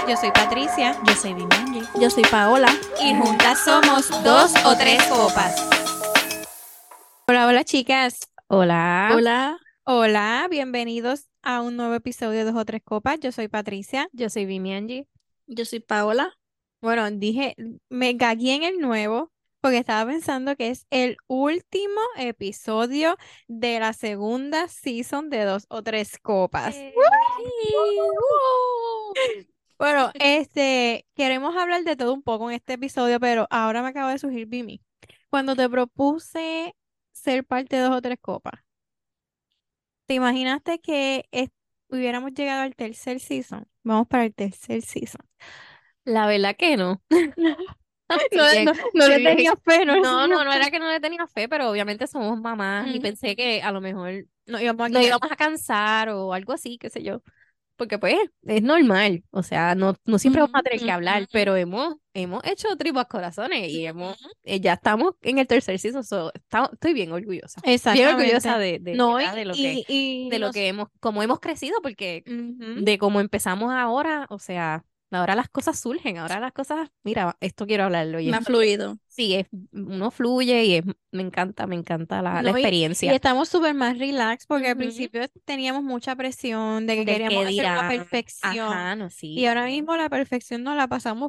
Yo soy Patricia. Yo soy Vimanji. Yo soy Paola. Y juntas somos Dos o Tres Copas. Hola, hola chicas. Hola. Hola. Hola, bienvenidos a un nuevo episodio de Dos o Tres Copas. Yo soy Patricia. Yo soy Vimanji. Yo soy Paola. Bueno, me gagué en el nuevo porque estaba pensando que es el último episodio de la segunda season de Dos o Tres Copas. Bueno, queremos hablar de todo un poco en este episodio, pero ahora me acaba de surgir Vimi. Cuando te propuse ser parte de Dos o Tres Copas, ¿te imaginaste que hubiéramos llegado al tercer season? Vamos para el tercer season. La verdad que no. No le tenía fe, ¿no? No era que no le tenía fe, pero obviamente somos mamás y pensé que a lo mejor No íbamos nos íbamos a cansar o algo así, qué sé yo. Porque pues es normal, o sea, no siempre vamos a tener que hablar, pero hemos hecho tripas corazones y ya estamos en el tercer season, estoy bien orgullosa. Bien orgullosa No, ¿verdad? de lo que como hemos crecido, porque de cómo empezamos ahora, o sea, ahora las cosas surgen, ahora las cosas, mira, esto quiero hablarlo. Y Me ha fluido. sí, uno fluye y me encanta la experiencia. Y estamos súper más relax porque al Ujú. principio teníamos mucha presión de que Del queríamos que hacer una dirán. perfección. Ajá, no, sí. Y ahora mismo la perfección no la pasamos.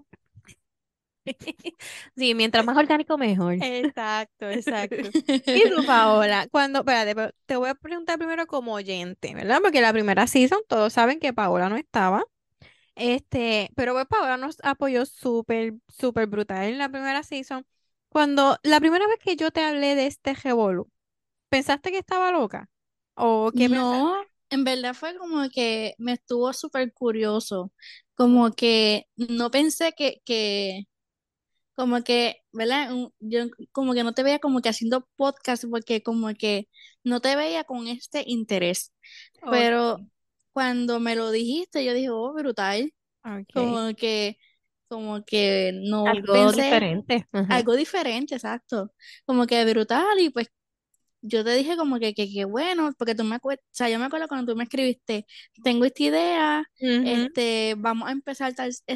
Sí, mientras más orgánico, mejor. Exacto. Y tú, Paola, espérate, pero te voy a preguntar primero como oyente, ¿verdad? Porque la primera season todos saben que Paola no estaba. Pero pues Paola nos apoyó súper, súper brutal en la primera season. Cuando la primera vez que yo te hablé de este revolú, ¿pensaste que estaba loca? ¿O qué pensaste? No, en verdad fue como que me estuvo súper curioso. Como que no pensé como que, ¿verdad? Yo como que no te veía como que haciendo podcast porque como que no te veía con este interés. Ok, Pero cuando me lo dijiste, yo dije, oh, brutal. ok. Como que, como que no Algo pensé diferente. Ajá. algo diferente, exacto. Como que brutal y pues yo te dije como que bueno, porque tú me acuerdas, o sea, yo me acuerdo cuando tú me escribiste, tengo esta idea, Ujú, vamos a empezar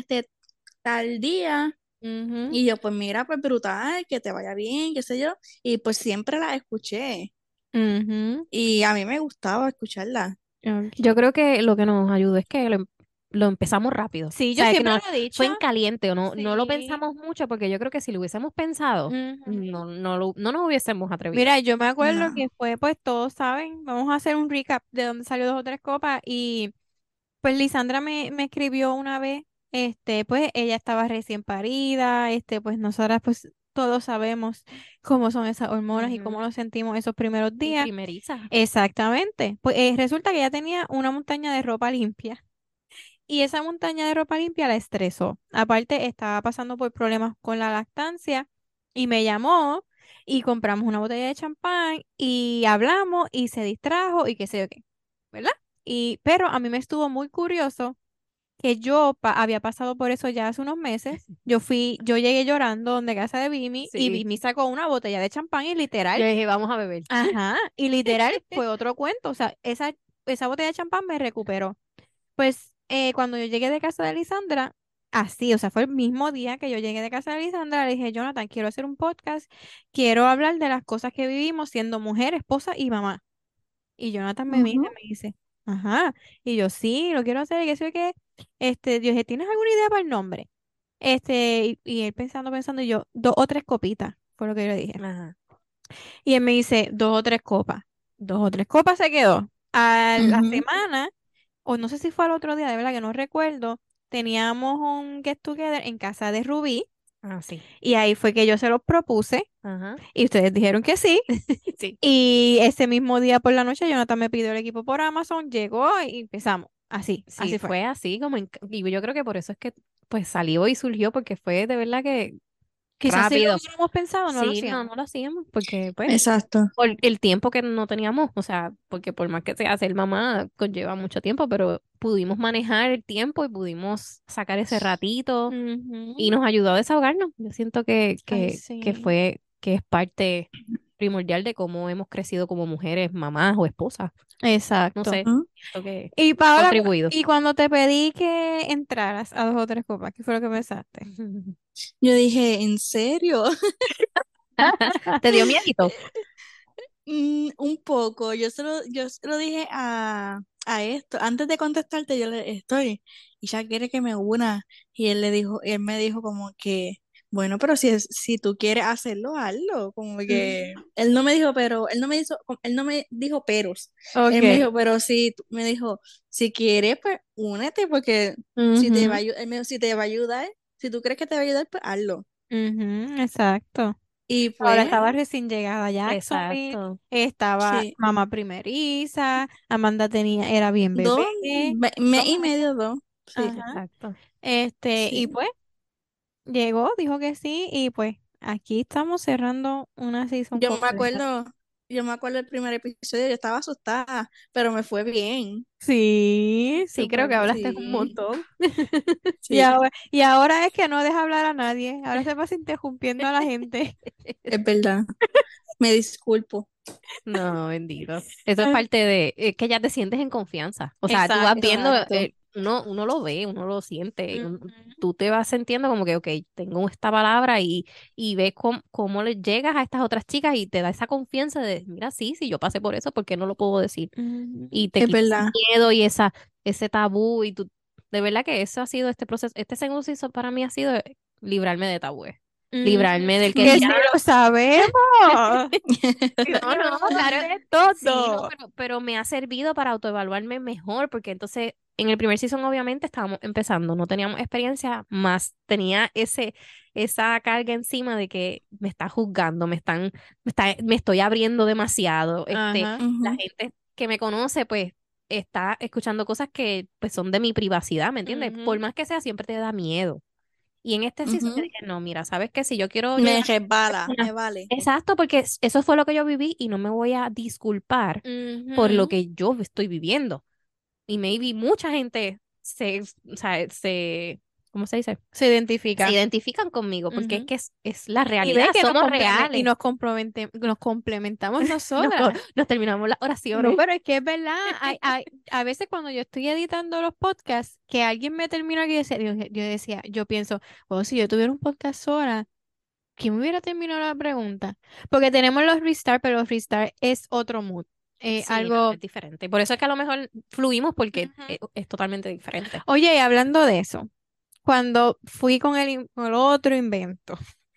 tal día, ujú, y yo, pues mira, pues brutal, que te vaya bien, qué sé yo, y pues siempre la escuché, ujú. y a mí me gustaba escucharla. Yo creo que lo que nos ayudó es que lo empezamos rápido. O Sí, yo sea, que siempre no lo he dicho. fue en caliente o no lo Sí. pensamos mucho porque yo creo que si lo hubiésemos pensado, Ujú. no nos hubiésemos atrevido. Mira, yo me acuerdo No. que fue, pues todos saben, vamos a hacer un recap de dónde salió Dos o Tres Copas y pues Lisandra me escribió una vez, pues ella estaba recién parida, pues nosotras pues todos sabemos cómo son esas hormonas y cómo Ujú. nos sentimos esos primeros Y días. primeriza. Exactamente. Pues resulta que ella tenía una montaña de ropa limpia y esa montaña de ropa limpia la estresó. Aparte, estaba pasando por problemas con la lactancia y me llamó y compramos una botella de champán y hablamos y se distrajo y qué sé yo qué, ¿verdad? Pero a mí me estuvo muy curioso que yo había pasado por eso ya hace unos meses. Yo llegué llorando donde casa de Vimi y Sí. Vimi sacó una botella de champán y literal, Yo dije, vamos a beber. ajá, y literal fue otro cuento. O sea, esa botella de champán me recuperó. Pues cuando yo llegué de casa de Lisandra, así, o sea, fue el mismo día que yo llegué de casa de Lisandra, le dije, Jonathan, quiero hacer un podcast, quiero hablar de las cosas que vivimos siendo mujer, esposa y mamá. Y Jonathan me mira y Ujú. me dice, ajá, y yo sí, lo quiero hacer, y que sé que, yo dije, ¿tienes alguna idea para el nombre? Y él pensando, y yo, dos o tres copitas, fue lo que yo le dije. Ajá. Y él me dice, dos o tres copas. Dos o tres copas se quedó. A la Ujú. semana, o no sé si fue al otro día, de verdad que no recuerdo, teníamos un get together en casa de Rubí Ah, sí. y ahí fue que yo se los propuse Ajá. y ustedes dijeron que sí. Sí. Y ese mismo día por la noche Jonathan me pidió el equipo por Amazon, llegó y empezamos. Así, Sí, así fue. fue así como y yo creo que por eso es que pues salió y surgió porque fue de verdad que Quizás si lo rápido. hubiéramos pensado, no lo Sí, hacíamos. no lo hacíamos porque pues Exacto. por el tiempo que no teníamos, o sea, porque por más que sea ser mamá conlleva mucho tiempo, pero pudimos manejar el tiempo y pudimos sacar ese ratito y Ujú. nos ayudó a desahogarnos. Yo siento Ay, que sí. fue, que es parte primordial de cómo hemos crecido como mujeres, mamás o esposas. No Exacto. sé, Ujú. siento que Y ha Paola, contribuido. y cuando te pedí que entraras a 2 o 3 copas, ¿qué fue lo que pensaste? Yo dije, ¿en serio? ¿Te dio miedito? Un poco. Yo se lo dije a esto. Antes de contestarte, yo le estoy. Y ya quiere que me una. Y él me dijo como que, bueno, pero si tú quieres hacerlo, hazlo. Como que él no me dijo peros. Él me Ok. dijo, pero si me dijo, si quieres, pues únete, porque si te va a Ujú, ayudar, él me dijo, si te va a ayudar, si tú crees que te va a ayudar, pues hazlo. ujú, exacto. Y Ahora pues, estaba recién llegada a Jacksonville, Exacto. estaba sí, mamá primeriza, Amanda era bien bebé. 2 mes y medio, 2. Sí. Ajá. Exacto. Y Sí. pues llegó, dijo que sí, y pues aquí estamos cerrando una season Yo me completa. acuerdo, yo me acuerdo del primer episodio, yo estaba asustada, pero me fue bien. Sí, sí, creo que hablaste un Sí, montón. sí, Y ahora es que no deja hablar a nadie, ahora se pasa interrumpiendo a la gente. es verdad. Me disculpo. No, bendito. Eso es parte de que ya te sientes en confianza. O sea, tú vas Exacto. viendo, Exacto. uno lo ve, uno lo siente, Ujú, tú te vas sintiendo como que, ok, tengo esta palabra y ves cómo le llegas a estas otras chicas y te da esa confianza de, mira, sí, sí, yo pasé por eso, ¿por qué no lo puedo decir? Y ujú. te Es quita ese verdad. miedo y ese tabú y tú, de verdad que eso ha sido este proceso, este segundo season para mí ha sido librarme de tabúes, Ujú. librarme del que Que dirán. sí lo sabemos. Sí, No, no, claro. de Sí, no, todo. pero me ha servido para autoevaluarme mejor, porque entonces en el primer season obviamente estábamos empezando, no teníamos experiencia, más tenía esa carga encima de que me está juzgando, me estoy abriendo demasiado. Ajá. La Ujú, gente que me conoce, pues, está escuchando cosas que pues son de mi privacidad, ¿me entiendes? Por Ujú, más que sea, siempre te da miedo. Y en este season yo ujú. dije, no, mira, ¿sabes qué? Si yo quiero Me llegar resbala, una- me vale. Exacto, porque eso fue lo que yo viví y no me voy a disculpar por lo ujú. que yo estoy viviendo. Y maybe mucha gente o sea, ¿cómo se dice? Se Se identifica. identifican conmigo porque es Ujú. que es la Y ve realidad, que somos reales. nos complementamos Nos, nosotras. nos terminamos las No, oraciones. pero es que es verdad, a veces cuando yo estoy editando los podcasts, que alguien me termina que yo pienso, oh, si yo tuviera un podcast sola, ¿quién me hubiera terminado la pregunta? Porque tenemos los restart, pero los restart es otro mood. Sí, no, Algo. es diferente. Por eso es que a lo mejor fluimos porque Ujú. es totalmente diferente. Oye, y hablando de eso, cuando fui con el otro invento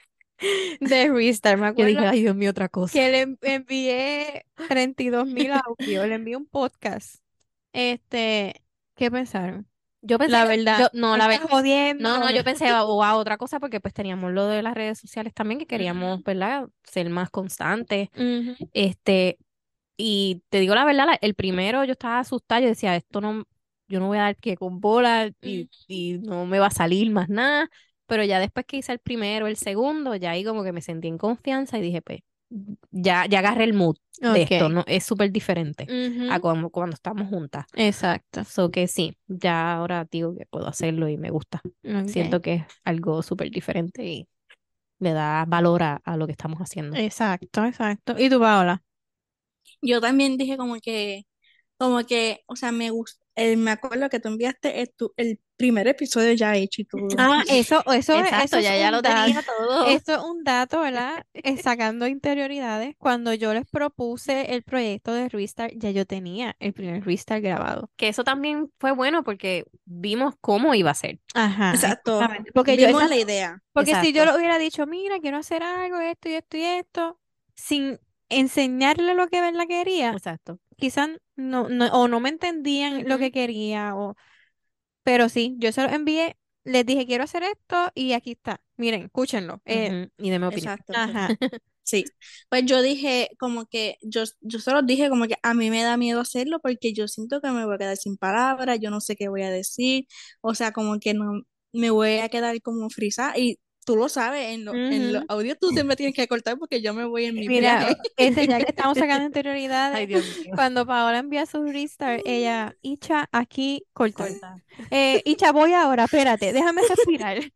de restart, me Yo acuerdo dije, ay, Dios mío, otra cosa. que le envié 32.000 audios, le envié un podcast. Este, ¿Qué pensaron? Yo pensé, La verdad, no, me la estás verdad, jodiendo. no, yo pensé o a otra cosa porque pues teníamos lo de las redes sociales también que queríamos, ¿verdad? Ser más constantes. Ujú, Este, y te digo la verdad, el primero yo estaba asustada, yo decía, yo no voy a dar pie con bola ujú. y no me va a salir más nada. Pero ya después que hice el primero, el segundo, ya ahí como que me sentí en confianza y dije, pues, ya agarré el mood de esto, Ok. ¿no? Es súper diferente a Ujú, cuando estamos juntas. exacto. So que sí, ya ahora digo que puedo hacerlo y me gusta. Ok. Siento que es algo súper diferente y le da valor a lo que estamos haciendo. Exacto, exacto. ¿Y tú, Paola? Yo también dije como que, o sea, me acuerdo que tú enviaste el primer episodio ya hecho y todo. Ah, eso Exacto, es ya un lo dato. tenía todo. Eso es un dato, ¿verdad? Sacando interioridades. Cuando yo les propuse el proyecto de Restart, ya yo tenía el primer Restart grabado. Que eso también fue bueno porque vimos cómo iba a ser. Ajá, Exacto. exactamente. Vimos la idea. Porque si yo Exacto, le hubiera dicho, mira, quiero hacer algo, esto y esto y esto, sin enseñarle lo que verdad quería, exacto. quizás o no me entendían lo Ujú, que quería, pero sí, yo se lo envié, les dije, quiero hacer esto y aquí está. Miren, escúchenlo. ujú, y de mi opinión. Exacto. Ajá. Sí. Pues yo dije como que, yo solo dije como que a mí me da miedo hacerlo porque yo siento que me voy a quedar sin palabras, yo no sé qué voy a decir, o sea, como que no, me voy a quedar como frisada y tú lo sabes, en los Ujú. audios tú siempre tienes que cortar porque yo me voy en mi Mira, viaje. ya que estamos sacando interioridades, Ay, Dios mío. cuando Paola envía su restart, ella, Icha, aquí, cortar. Corta. Icha, voy ahora, espérate, déjame respirar.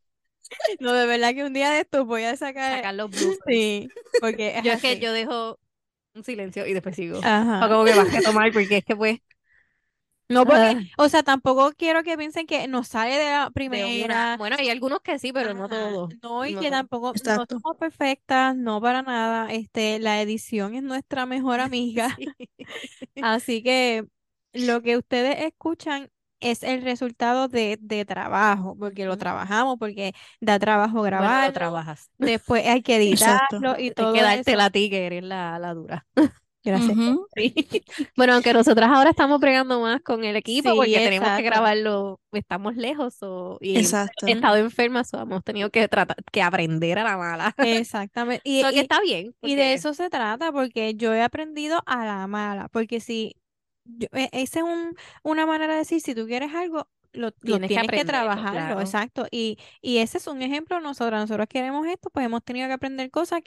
No, de verdad que un día de esto voy a sacar, Sacar los bloopers. sí, porque es Yo es que así. yo dejo un silencio y después sigo. O Ajá. como que vas a tomar porque es que pues No, porque, ah, o sea, tampoco quiero que piensen que nos sale de la de una. primera. Bueno, hay algunos que sí, pero no Ajá. todos. No, y No que todos. tampoco, no Exacto. somos perfectas, no para nada. La edición es nuestra mejor amiga. Sí. Así que lo que ustedes escuchan es el resultado de trabajo, porque lo Ujú. trabajamos, porque da trabajo Bueno, lo grabarlo, trabajas. después hay que Exacto. editarlo y Hay que todo dártela eso. a ti, que eres la dura. Gracias. Ujú. Sí. Bueno, aunque nosotras ahora estamos bregando más con el equipo Sí, porque tenemos que exacto. grabarlo, estamos lejos y hemos Exacto. estado enfermas, hemos tenido que tratar que aprender a la mala. Exactamente. Y, Lo que y, está bien, y de porque eso se trata, porque yo he aprendido a la mala, porque si, esa es una manera de decir, si tú quieres algo, lo tienes que tienes que aprenderlo, trabajarlo, claro. exacto. Y ese es un ejemplo de nosotros. Nosotros queremos esto, pues hemos tenido que aprender cosas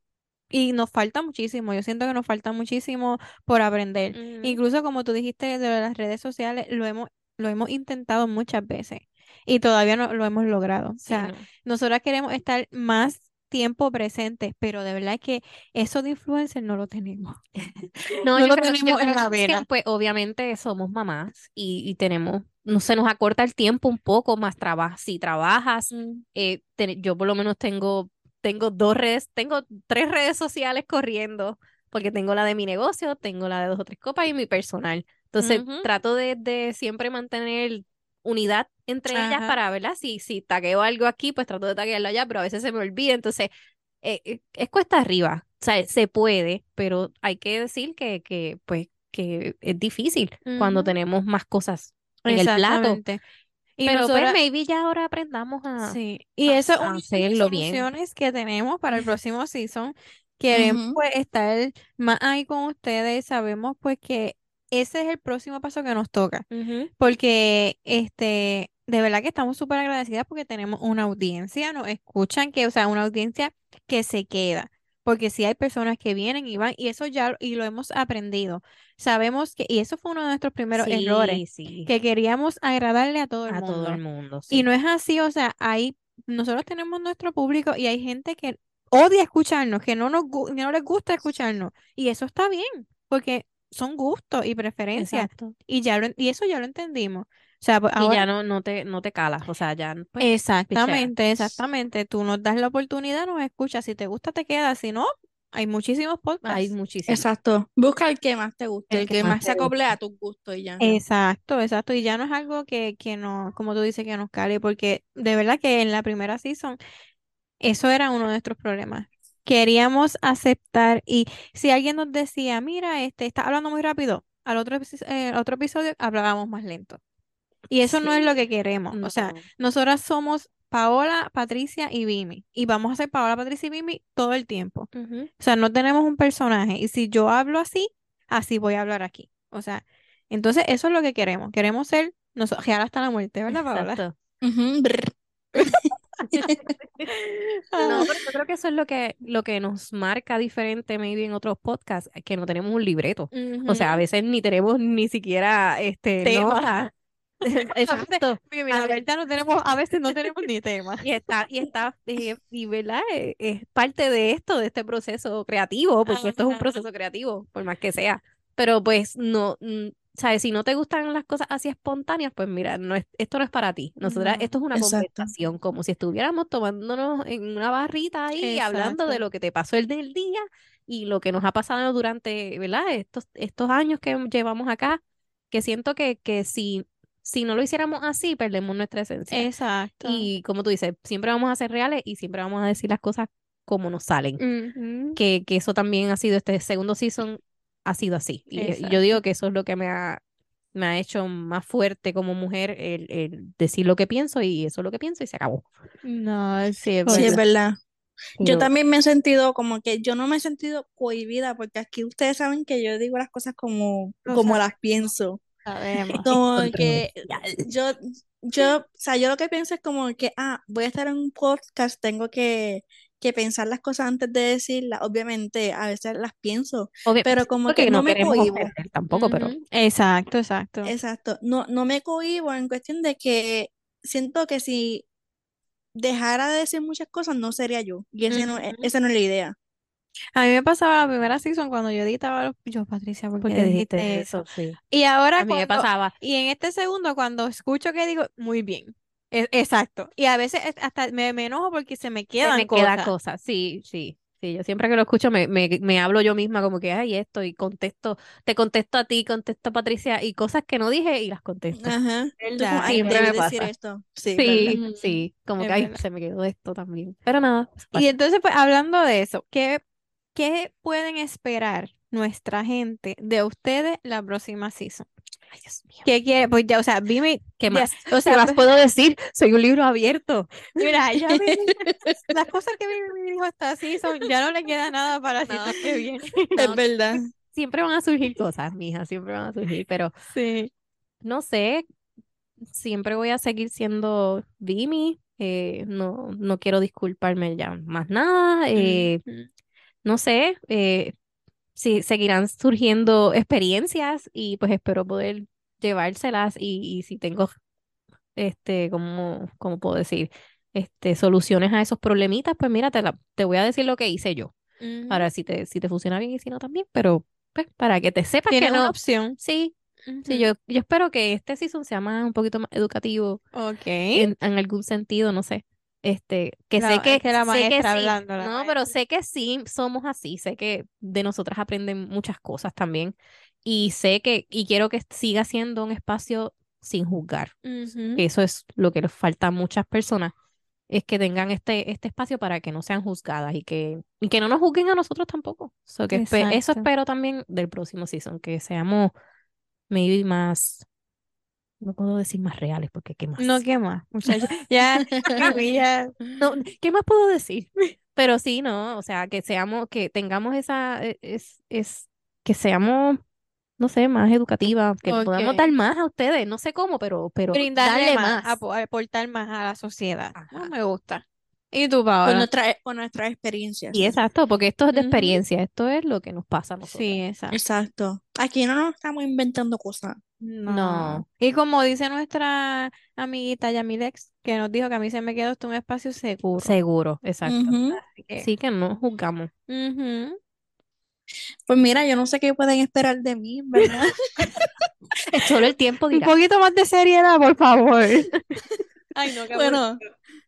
y nos falta muchísimo. Yo siento que nos falta muchísimo por aprender. Ujú. Incluso como tú dijiste de las redes sociales, lo hemos intentado muchas veces y todavía no lo hemos logrado. O Sí, sea, no. nosotras queremos estar más tiempo presentes, pero de verdad que eso de influencer no lo tenemos. No, No yo lo creo, yo tenemos en creo la que vena. pues obviamente somos mamás y tenemos, no se nos acorta el tiempo un poco más trabajo. Si trabajas, Mm. yo por lo menos tengo tengo 3 redes sociales corriendo, porque tengo la de mi negocio, tengo la de Dos o Tres Copas y mi personal. Entonces Ujú. trato de siempre mantener unidad entre ellas Ajá. para, ¿verdad? Si tagueo algo aquí, pues trato de taguearlo allá, pero a veces se me olvida, entonces es cuesta arriba. O sea, se puede, pero hay que decir pues, que es difícil cuando Ujú. tenemos más cosas en el plato. Exactamente. Y Pero pues nosotras, maybe ya ahora aprendamos sí, y esa es una a de las hacerlo bien. soluciones que tenemos para el próximo season. Queremos Ujú. pues estar más ahí con ustedes. Sabemos pues que ese es el próximo paso que nos toca. Ujú. Porque de verdad que estamos súper agradecidas porque tenemos una audiencia, nos escuchan que, o sea, una audiencia que se queda. Porque sí hay personas que vienen y van, y eso y lo hemos aprendido. Sabemos que, y eso fue uno de nuestros primeros errores, Sí, sí, que queríamos agradarle a todo el a todo el mundo. mundo, Y sí. no es así, o sea, nosotros tenemos nuestro público y hay gente que odia escucharnos, que que no les gusta escucharnos. Y eso está bien, porque son gustos y preferencias. Exacto. Y eso ya lo entendimos. O sea, pues Y ahora, ya no te calas, o sea, ya pues pichea. exactamente, exactamente. Tú nos das la oportunidad, nos escuchas. Si te gusta, te quedas. Si no, hay muchísimos Hay podcasts. muchísimo. Exacto. Busca el que más te guste, El el que que más más se te acople guste. a tus gustos y ya. Exacto, exacto. Y ya no es algo que no, como tú dices, que nos cale, porque de verdad que en la primera season eso era uno de nuestros problemas. Queríamos aceptar y si alguien nos decía, mira, está hablando muy rápido, al otro episodio hablábamos más lento. Y eso no es lo Sí. que queremos. O sea, No. nosotras somos Paola, Patricia y Vimi. Y vamos a ser Paola, Patricia y Vimi todo el tiempo. Ujú. O sea, no tenemos un personaje. Y si yo hablo así, así voy a hablar aquí. O sea, entonces eso es lo que queremos. Queremos ser nosotros, hasta la muerte, ¿verdad, Paola? Exacto. Ujú, brr. No, Ah, pero yo creo que eso es lo que nos marca diferente, maybe en otros podcasts, que no tenemos un libreto. O sea, a ujú. veces ni tenemos ni siquiera Tema. notas. A veces, Exacto. mira, la verdad a veces no tenemos ni tema. Y ¿verdad? Es parte de esto, de este proceso creativo, porque esto es un Ajá. proceso creativo, por más que sea. Pero pues no, ¿sabes? Si no te gustan las cosas así espontáneas, pues mira, esto no es para ti. No, Esto es una Exacto. conversación, como si estuviéramos tomándonos en una barrita ahí, hablando de exacto. lo que te pasó el del día y lo que nos ha pasado durante, ¿verdad? Estos años que llevamos acá, que siento que si no lo hiciéramos así, perdemos nuestra esencia. Exacto. Y como tú dices, siempre vamos a ser reales y siempre vamos a decir las cosas como nos salen. Ujú. Que eso también ha sido, este segundo season ha sido así. Y yo Exacto. digo que eso es lo que me ha hecho más fuerte como mujer, el decir lo que pienso y eso es lo que pienso y se acabó. No, sí, es Sí, es verdad. verdad. Yo Pero también me he sentido como que yo no me he sentido cohibida porque aquí ustedes saben que yo digo las cosas como, Lo como las sabemos, pienso. sabemos. es Como que controversial. yo, o sea, yo lo que pienso es como que, voy a estar en un podcast, tengo que pensar las cosas antes de decirlas. Obviamente, a veces las pienso, Obvio, pero como que porque no no me queremos cohíbo. ofender tampoco, pero Ujú. Exacto, exacto. Exacto. No, no me cohíbo en cuestión de que siento que si dejara de decir muchas cosas, no sería yo. Y Ujú. esa no es la idea. A mí me pasaba la primera season cuando yo editaba yo, Patricia, ¿por qué Porque dijiste dijiste eso? eso, sí. Y ahora A mí me pasaba. y en este segundo, cuando escucho que digo, muy bien, exacto. Y a veces hasta me enojo porque se me Se quedan me queda cosas. cosas, sí, sí. Sí, yo siempre que lo escucho me hablo yo misma como que, ay, esto, y contesto, te contesto a ti, contesto a Patricia, y cosas que no dije y las contesto. Ajá. Tú como, ¿Verdad? ay, Es Siempre debí me verdad. decir pasa. esto. Sí, ¿verdad? Sí, Ujú. sí, como que, Es ay, verdad. se me quedó esto también. Pero nada, eso Y pasa. entonces, pues, hablando de eso, ¿qué pueden esperar nuestra gente de ustedes la próxima season? Ay, Dios mío. ¿Qué quiere? Pues ya, o sea, Vime, ¿Qué ya, más? o ¿Qué sea, más puedo decir? Soy un libro abierto. mira, ya Vime, las cosas que Vime dijo esta season, ya no le queda nada para la No, season que viene. Es no, verdad. siempre van a surgir cosas, mija, siempre van a surgir, pero Sí. no sé, siempre voy a seguir siendo Vimi, no, no quiero disculparme ya más nada, Ujú. no sé, sí, seguirán surgiendo experiencias y pues espero poder llevárselas y si tengo, ¿cómo puedo decir? Soluciones a esos problemitas, pues mira, te voy a decir lo que hice yo, Ujú. para si te funciona bien y si no también, pero pues para que te sepas que Tienes una no, opción. sí, sí, Ujú. yo espero que este season sea más, un poquito más educativo Ok. en algún sentido, no sé. Que Es que la sé que maestra sí, hablando, la no, pero maestra. sé que sí somos así, sé que de nosotras aprenden muchas cosas también y y quiero que siga siendo un espacio sin juzgar. Ujú. Eso es lo que les falta a muchas personas, es que tengan este espacio para que no sean juzgadas y que no nos juzguen a nosotros tampoco. Eso Exacto. espero también del próximo season, que seamos maybe más, no puedo decir más reales, porque ¿qué No, más? ¿qué más, muchachos? Ya, a mí ya. No, ¿qué más puedo decir? Pero sí, no, o sea, que tengamos que seamos, no sé, más educativas, que Ok. podamos dar más a ustedes, no sé cómo, pero Brindarle darle más, más. aportar más a la sociedad. No Ajá. me gusta. ¿Y tú, Paola? Con nuestras Y experiencias. exacto, porque esto es de Ujú. experiencia, esto es lo que nos pasa a nosotras. Sí, exacto. Exacto. Aquí no nos estamos inventando cosas. No. No, Y como dice nuestra amiguita Yamilex, que nos dijo que a mí se me quedó esto un espacio seguro. seguro, exacto. Ujú. Así que. Sí que no juzgamos. Ujú. Pues mira, yo no sé qué pueden esperar de mí, ¿verdad? Solo el tiempo Un dirá. poquito más de seriedad, por favor. Ay, no, qué aburrido. Bueno,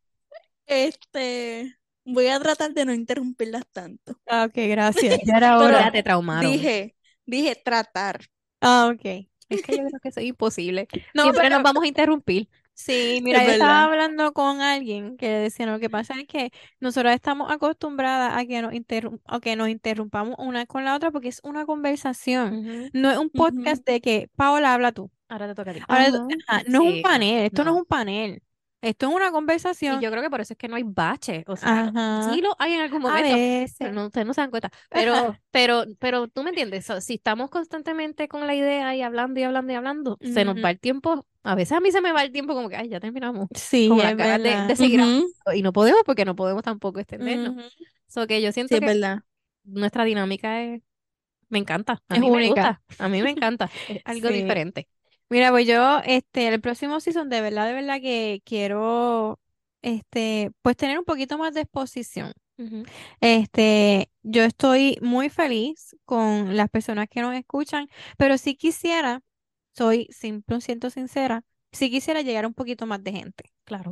este, voy a tratar de no interrumpirlas tanto. Ah, ok, gracias. Ya era Ya Pero hora. te traumaron. dije, dije tratar. Ah, ok. Es que yo creo que eso es imposible. No, Siempre nos pero vamos a interrumpir. sí, mira, Es yo estaba verdad. hablando con alguien que decía, lo que pasa es que nosotros estamos acostumbradas a que a que nos interrumpamos una con la otra porque es una conversación. Ujú. No es un Ujú. podcast de que, Paola, habla tú. Ahora te toca a ti. Ahora, Ajá. no es un Sí, no, panel, esto no es no. un panel. Esto es una Y conversación. yo creo que por eso es que no hay bache. O sea, sí Ajá, lo hay en algún a momento, pero veces. no, ustedes no se dan cuenta. Pero tú me entiendes. Si estamos constantemente con la idea y hablando y hablando y hablando, se nos Ujú. va el tiempo. A veces a mí se me va el tiempo como que, ay, ya terminamos. Sí, Como las es ganas de verdad. seguir Ujú. hablando. Y no podemos porque no podemos tampoco extendernos. Ujú. So que yo Sí, siento es que verdad. nuestra dinámica me encanta. A Es mí me única. gusta. A mí me encanta. Es algo Sí. diferente. Mira, pues yo, el próximo season, de verdad que quiero, pues tener un poquito más de exposición. Ujú. Yo estoy muy feliz con las personas que nos escuchan, pero sí quisiera, soy 100% sincera, sí quisiera llegar a un poquito más de gente. Claro.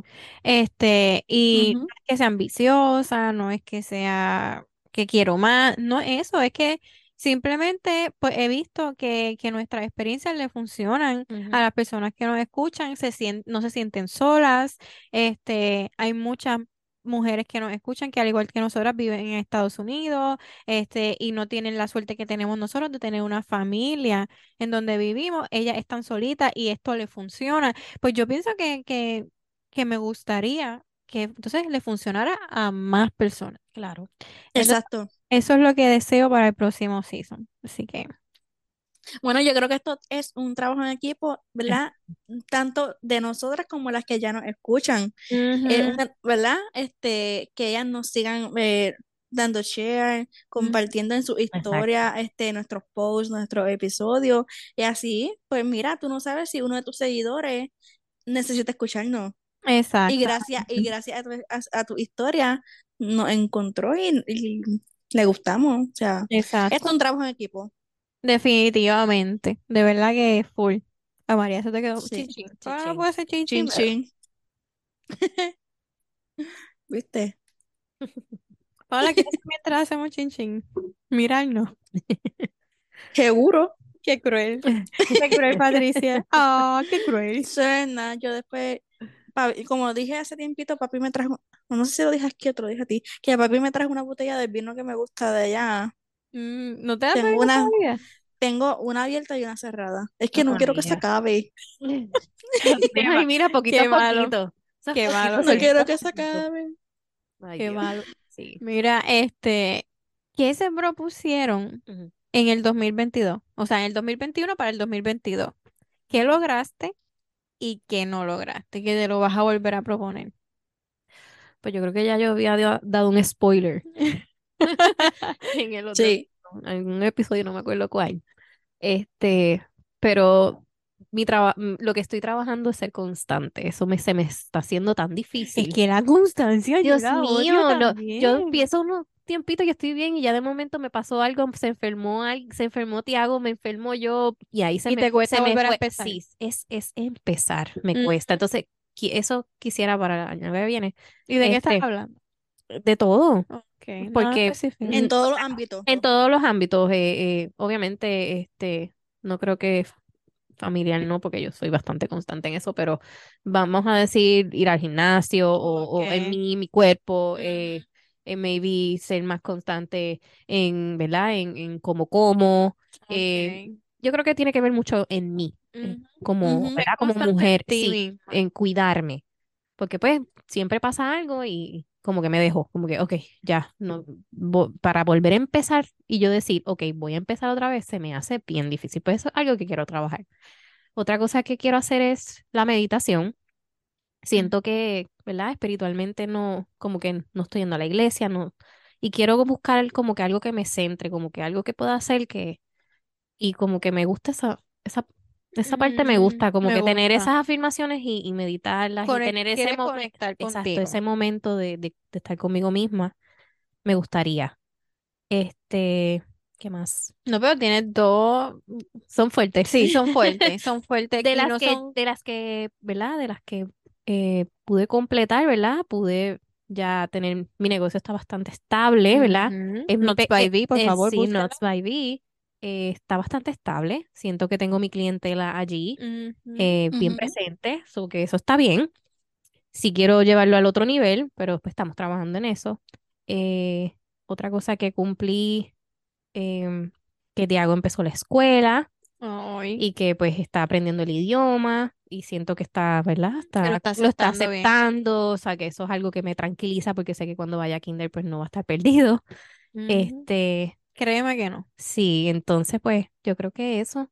Y no Ujú. es que sea ambiciosa, no es que sea que quiero más, no es eso, es que simplemente pues he visto que nuestras experiencias le funcionan a Ujú. las personas que nos escuchan, no se sienten solas, hay muchas mujeres que nos escuchan que al igual que nosotras viven en Estados Unidos, y no tienen la suerte que tenemos nosotros de tener una familia en donde vivimos, ellas están solitas y esto le funciona. Pues yo pienso que me gustaría que entonces le funcionara a más personas. Claro. Entonces, Exacto. eso es lo que deseo para el próximo season. Así que, Bueno, yo creo que esto es un trabajo en equipo, Es- ¿verdad? Tanto de nosotras como las que ya nos escuchan. ujú, ¿Verdad? Que ellas nos sigan dando share, ujú, compartiendo en su Exacto. historia, nuestros posts, nuestros episodios. Y así, pues mira, tú no sabes si uno de tus seguidores necesita escucharnos. Exacto, Y gracias a tu historia nos encontró y le gustamos. O sea, esto es exacto. un trabajo en equipo. Definitivamente. De verdad que full. A María se te quedó Sí, chin. Ahora no Chichen. puede ser chin, chin ¿verdad? chin, ¿viste? Paola, ¿quieres que mientras hacemos chin? Mirarnos. Seguro. Qué cruel. Qué cruel, Patricia. Ah, qué cruel. Suena, yo después, y como dije hace tiempito, papi me trajo, no sé si lo dije aquí o te lo dije a ti, que papi me trajo una botella del vino que me gusta de allá. ¿No te has Tengo bebido una, todavía? tengo una abierta y una cerrada. Es que No, no quiero que se María. acabe. Qué, Ay, mira, poquito a qué malo. poquito. Eso es Qué malo, poquito, No quiero solito a que se poquito. acabe. Ay, qué Dios. malo. Sí. Mira, ¿qué se propusieron Ujú. en el 2022? O sea, en el 2021 para el 2022. ¿Qué lograste y qué no lograste? ¿Que te lo vas a volver a proponer? Pues yo creo que ya yo había dado un spoiler en el otro, Sí. en un episodio, no me acuerdo cuál. Este, pero lo que estoy trabajando es ser constante. Eso se me está haciendo tan Es difícil. que la constancia yo Dios la odio mío, no, yo también. empiezo unos tiempitos y estoy bien y ya de momento me pasó algo, se enfermó Tiago, me enfermó yo y ahí Y te cuesta se me volver a fue. empezar. Sí, es empezar, me Mm, cuesta. Entonces, eso quisiera para el año que viene. ¿Y de qué estás Este, hablando? de todo, Ok, nada porque específico. En todos los ámbitos. en todos los ámbitos, obviamente, no creo que familiar no, porque yo soy bastante constante en eso, pero vamos a decir ir al gimnasio o en Ok. mi cuerpo, Ujú. en maybe ser más constante en, ¿verdad? En cómo como. eh, Ok. yo creo que tiene que ver mucho en mí, Ujú. como, Ujú. Ser ¿verdad? Como constante en mujer, ti sí, misma. en cuidarme, porque pues siempre pasa algo y como que me dejo, como que, ok, ya, no, para volver a empezar y yo decir, ok, voy a empezar otra vez, se me hace bien difícil, pues eso es algo que quiero trabajar. Otra cosa que quiero hacer es la meditación. Siento que, ¿verdad? Espiritualmente no, como que no estoy yendo a la iglesia, no. Y quiero buscar como que algo que me centre, como que algo que pueda hacer y como que me gusta esa parte me gusta, como Me que tener gusta. esas afirmaciones y meditarlas y tener ese Quieres momento, conectar exacto, contigo. ese momento de estar conmigo misma, me gustaría. Este, ¿Qué más? No, pero tienes dos. Son fuertes. Sí, son fuertes y no son. ¿Verdad? De las que pude completar, ¿verdad? Pude ya tener, mi negocio está bastante estable, ¿verdad? Ujú. Notes by V, por favor, Sí, búsquenlo. Nuts by V está bastante estable. Siento que tengo mi clientela allí, Ujú. bien Ujú. presente, so que eso está bien. Si quiero llevarlo al otro nivel, pero pues estamos trabajando en eso. Eh, Otra cosa que cumplí, em, que Tiago empezó la escuela Ay, y que pues está aprendiendo el idioma y siento que está, ¿verdad? que lo está Lo está aceptando bien. aceptando, o sea que eso es algo que me tranquiliza porque sé que cuando vaya a Kinder pues no va a estar perdido. Ujú. Este, Créeme que no. sí, entonces pues yo creo que eso.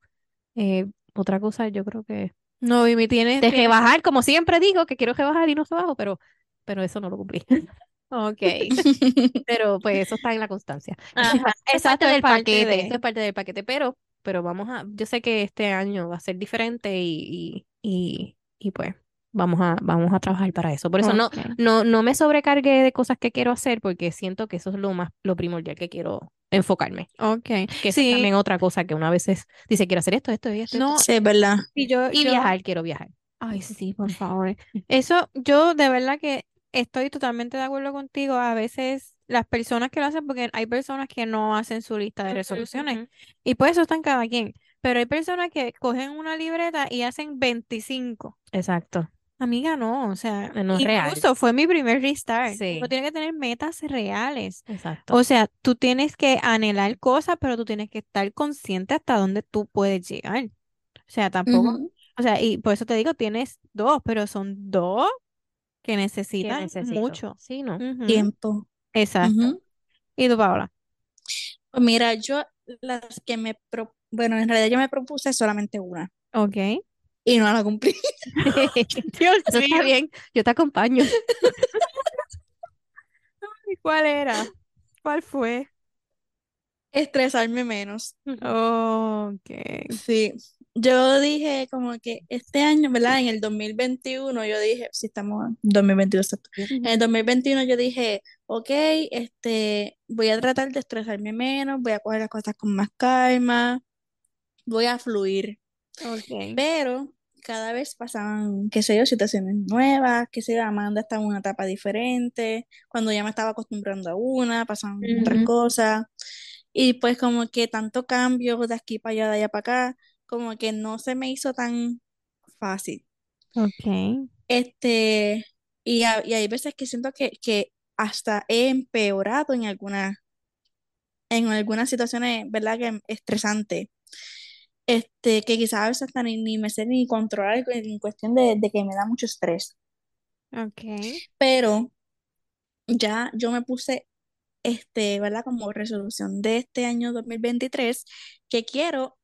Otra cosa, yo creo que No, Vimi, tienes, dejé tienes. bajar, como siempre digo, que quiero bajar y no bajo, pero eso no lo cumplí. Ok. Pero pues eso está en la constancia. Ajá, Eso es parte exacto, es del parte paquete, eso de. es parte del paquete, pero yo sé que este año va a ser diferente y pues vamos a trabajar para eso. Por eso Ok. no me sobrecargué de cosas que quiero hacer porque siento que eso es lo primordial que quiero enfocarme. Ok. Que eso es Sí, también otra cosa que una veces dice, quiero hacer esto, esto y esto, esto. no, Sí, es verdad. y Y viajar, quiero viajar. ay, sí, por favor. Eso, yo de verdad que estoy totalmente de acuerdo contigo. A veces las personas que lo hacen, porque hay personas que no hacen su lista de Ujú, resoluciones, ujú. y pues eso está en cada quien. Pero hay personas que cogen una libreta y hacen 25. Exacto. Amiga, no, o sea, No es real. incluso fue mi primer restart. Uno Sí, tiene que tener metas reales. exacto. O sea, tú tienes que anhelar cosas, pero tú tienes que estar consciente hasta dónde tú puedes llegar. O sea, tampoco, Ujú. o sea, y por eso te digo, tienes dos, pero son dos que ¿Qué necesitan necesito? mucho. Sí, ¿no? Ujú. Tiempo. Exacto. Ujú. ¿Y tú, Paola? Pues mira, yo las que bueno, en realidad yo me propuse solamente una Ok. y no la cumplí. Dios Eso está mío. bien, yo te acompaño. ¿Y cuál era? ¿Cuál fue? Estresarme menos. Ujú. Ok. Sí. yo dije como que este año, ¿verdad? En el 2021 yo dije, si estamos en 2022, exacto. En el 2021 yo dije, ok, voy a tratar de estresarme menos, voy a coger las cosas con más calma, voy a fluir. Ok. Pero cada vez pasaban, qué sé yo, situaciones nuevas, qué sé yo, Amanda estaba en una etapa diferente, cuando ya me estaba acostumbrando a una, pasaban otras Ujú. cosas, y pues como que tanto cambio de aquí para allá, de allá para acá, como que no se me hizo tan fácil. Ok. Este, y hay veces que siento que hasta he empeorado en algunas situaciones, ¿verdad? Que estresantes. Que quizás a veces hasta ni me sé ni controlar en cuestión de que me da mucho estrés. Ok. Pero ya yo me puse, ¿verdad? Como resolución de este año 2023 que quiero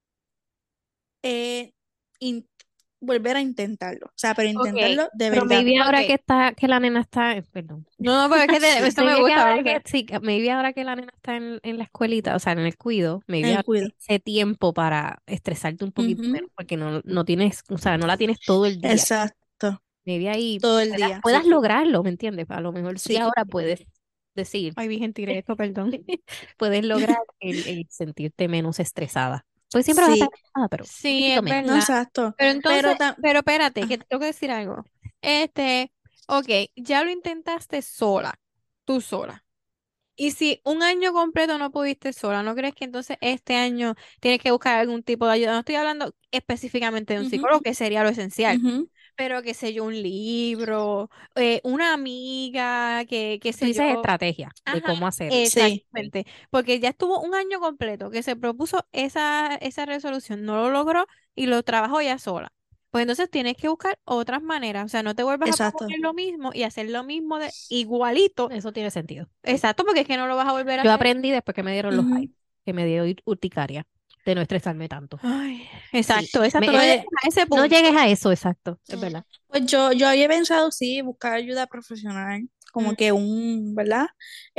eh, in- volver a intentarlo. O sea, pero Ok. intentarlo de Pero verdad. maybe ahora Ok. que está, que la nena está, perdón. No, no, pero es que esto me Maybe que gusta, ahora me que, gusta. sí, maybe ahora que la nena está en la escuelita, o sea, en el cuido, En maybe el ahora cuido. tienes ese tiempo para estresarte un poquito Ujú. menos, porque no tienes, o sea, no la tienes todo el día. Exacto. Maybe ahí Todo el puedas, día, puedas sí. lograrlo, ¿me entiendes? A lo mejor sí Sí. ahora puedes decir, Ay, Virgen, tiré esto, perdón. puedes lograr el sentirte menos estresada. Pues siempre vas a estar Sí. estresada, pero un Sí, poquitito es menos. No, verdad. exacto. Pero entonces, Pero tam- pero espérate, que ah, te tengo que decir algo. Este, ok, ya lo intentaste sola, tú sola. Y si un año completo no pudiste sola, ¿no crees que entonces este año tienes que buscar algún tipo de ayuda? No estoy hablando específicamente de un ujú, psicólogo, que sería lo esencial, ujú. pero qué sé yo, un libro, una amiga, que qué Tú sé dices yo. estrategia de Ajá, cómo hacerlo. Sí, exactamente. Porque ya estuvo un año completo que se propuso esa resolución, no lo logró y lo trabajó ya sola. Pues entonces tienes que buscar otras maneras. O sea, no te vuelvas a exacto. proponer lo mismo y hacer lo mismo de igualito. Eso tiene sentido. Exacto, porque es que no lo vas a volver a Yo hacer. aprendí después que me dieron los Ujú. hives, que me dio urticaria, de no estresarme tanto. Ay, Sí. exacto, exacto. No llegues Pues, a ese No punto. llegues a eso, exacto, es Mm, verdad. pues yo había pensado, sí, buscar ayuda profesional, como mm, que ¿verdad?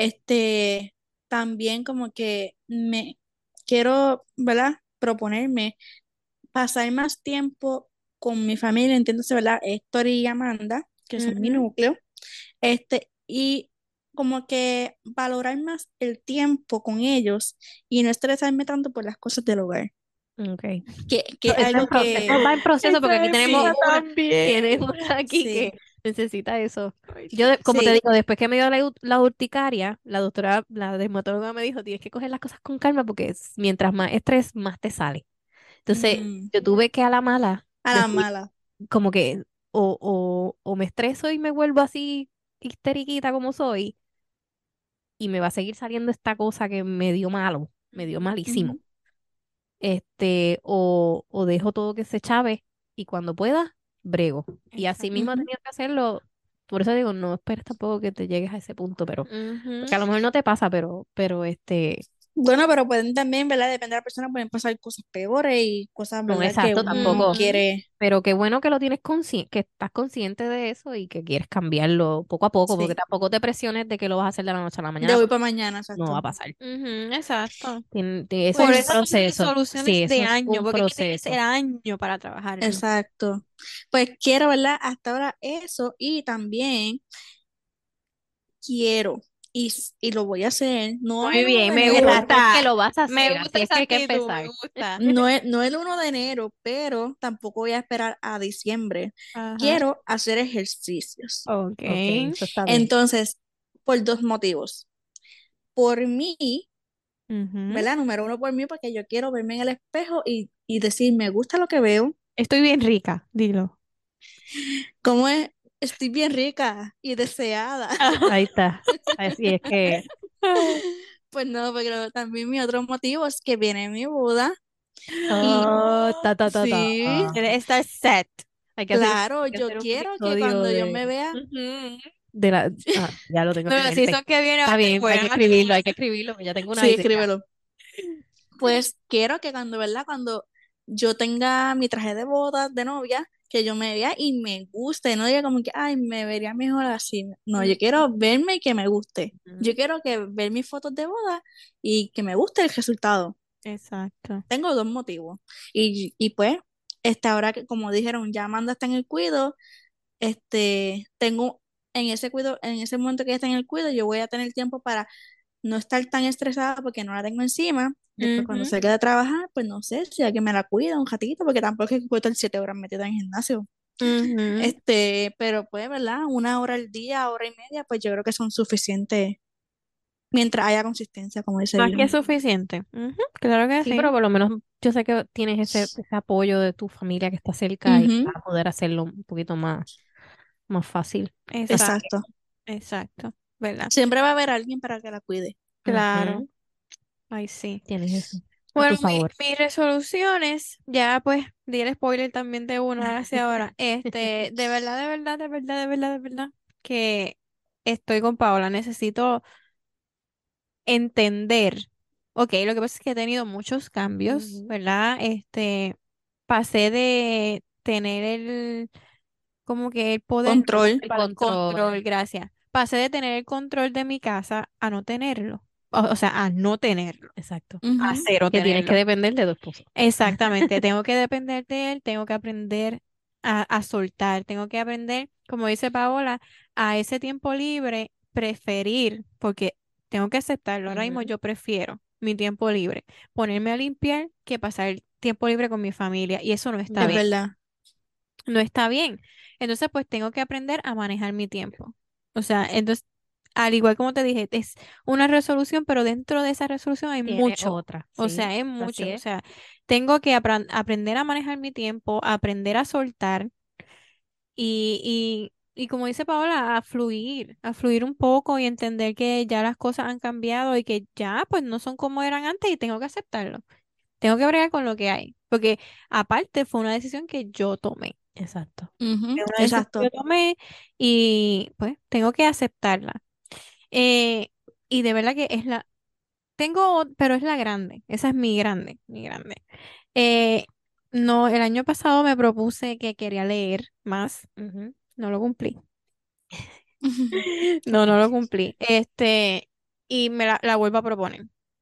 También como que me quiero, ¿verdad? Proponerme pasar más tiempo con mi familia, entiéndase, ¿verdad? Héctor y Amanda, que son mi ujú. núcleo, y como que valorar más el tiempo con ellos y no estresarme tanto por las cosas del hogar, Okay. que es algo Eso que, va en proceso Eso porque aquí me pasa tenemos sí, una, también. tienes una aquí sí, que necesita eso. Ay, Yo, sí. como te sí, digo, después que me dio la urticaria, la doctora, la dermatóloga me dijo, tienes que coger las cosas con calma porque mientras más estrés, más te sale. Entonces, mm, yo tuve que a la mala a la decir, mala. como que o me estreso y me vuelvo así histeriquita como soy, y me va a seguir saliendo esta cosa que me dio malo, me dio malísimo. Ujú, O dejo todo que se chave y cuando pueda, brego. Y así Exacto. mismo he ujú. tenido que hacerlo. Por eso digo, no esperes tampoco que te llegues a ese punto, pero, Ujú. porque a lo mejor no te pasa, pero Bueno, pero pueden también, ¿verdad? Depende de la persona, pueden pasar cosas peores y cosas, no ¿verdad? Que exacto uno no tampoco. Ujú. quiere, Pero qué bueno que lo tienes consciente, que estás consciente de eso y que quieres cambiarlo poco a poco, porque sí, tampoco te presiones de que lo vas a hacer de la noche a la de mañana, hoy porque para mañana, no va a exacto. pasar. Ujú, exacto. Eso es Por un eso Pues, son proceso. Sí, resoluciones de eso es año, un porque es que tienes el proceso. año para trabajarlo. exacto. Pues quiero, ¿verdad? Hasta ahora eso y también quiero, y lo voy a hacer, no Muy el uno bien, de me Pero enero, es que gusta. lo vas a Me hacer, gusta así es esa que hay que actitud, me empezar. gusta. no el 1 de enero, pero tampoco voy a esperar a diciembre. Ajá. Quiero hacer ejercicios. Ok. Ok, eso está bien. Entonces, por dos motivos. Por mí, Ujú. ¿verdad? Número uno por mí, porque yo quiero verme en el espejo y decir, me gusta lo que veo, Estoy bien rica, dilo. cómo es, estoy bien rica y deseada. Ahí está. Así es que, Pues no, pero también mi otro motivo es que viene mi boda y oh, ta, ta, ta, ta. sí, Quieres estar set. claro, Hay que yo hacer un quiero que episodio cuando yo me vea, Ujú. ya lo tengo en No, mi la mente. season que viene va Está a ser bien, buena. hay que escribirlo, ya tengo una sí, idea. escríbelo. Pues quiero que cuando, ¿verdad? Cuando yo tenga mi traje de boda de novia, que yo me vea y me guste, no diga como que, ay, me vería mejor así. No, yo quiero verme y que me guste. Yo Ujú. quiero que ver mis fotos de boda y que me guste el resultado. Exacto. Tengo dos motivos. Y pues, ahora que como dijeron, ya Amanda está en el cuido, tengo en ese momento que ella está en el cuido, yo voy a tener tiempo para no estar tan estresada porque no la tengo encima. Después cuando Ujú, salga de trabajar, pues no sé si alguien me la cuida un ratito, porque tampoco es que puedo estar 7 horas metida en el gimnasio. ujú. Pero pues, ¿verdad? 1 hora al día, hora y media, pues yo creo que son suficientes mientras haya consistencia, como dice Más que Irma. suficiente. Ujú, claro que Sí, pero sí. por lo menos yo sé que tienes ese apoyo de tu familia que está cerca y Ujú, vas a poder hacerlo un poquito más fácil. Exacto, exacto. exacto. ¿Verdad? Siempre va a haber alguien para que la cuide. Claro. Ujú, Ay, sí. tienes eso a Bueno, tu favor. mis resoluciones, ya pues di el spoiler también de una hacia ahora. De verdad, de verdad, de verdad, de verdad, de verdad, que estoy con Paola. Necesito entender. Ok, lo que pasa es que he tenido muchos cambios, Ujú. ¿verdad? Pasé de tener como que el poder, no, Control. El control, control, gracias. Pasé de tener el control de mi casa a no tenerlo. O sea, a no tenerlo, exacto. a Ujú, cero Que tienes que tenerlo. depender de tu esposo. Exactamente, tengo que depender de él, tengo que aprender a soltar, tengo que aprender, como dice Paola, a ese tiempo libre, preferir, porque tengo que aceptarlo, ahora mismo Ujú, yo prefiero mi tiempo libre, ponerme a limpiar que pasar el tiempo libre con mi familia, y eso no está es bien, ujú. verdad. no está bien. Entonces, pues tengo que aprender a manejar mi tiempo. O sea, entonces, al igual como te dije, es una resolución, pero dentro de esa resolución hay Tiene mucho. otra, O sea, sí, hay así mucho. O es. sea, tengo que aprender a manejar mi tiempo, aprender a soltar y como dice Paola, a fluir un poco y entender que ya las cosas han cambiado y que ya pues no son como eran antes y tengo que aceptarlo. Tengo que bregar con lo que hay. Porque aparte fue una decisión que yo tomé. Exacto. Ujú, Es una decisión que exacto. yo tomé y pues tengo que aceptarla. Eh, y de verdad que pero es la grande, esa es mi grande, mi grande. Eh, no, el año pasado me propuse que quería leer más, Ujú. no lo cumplí. No, no lo cumplí. Y la vuelvo a proponer.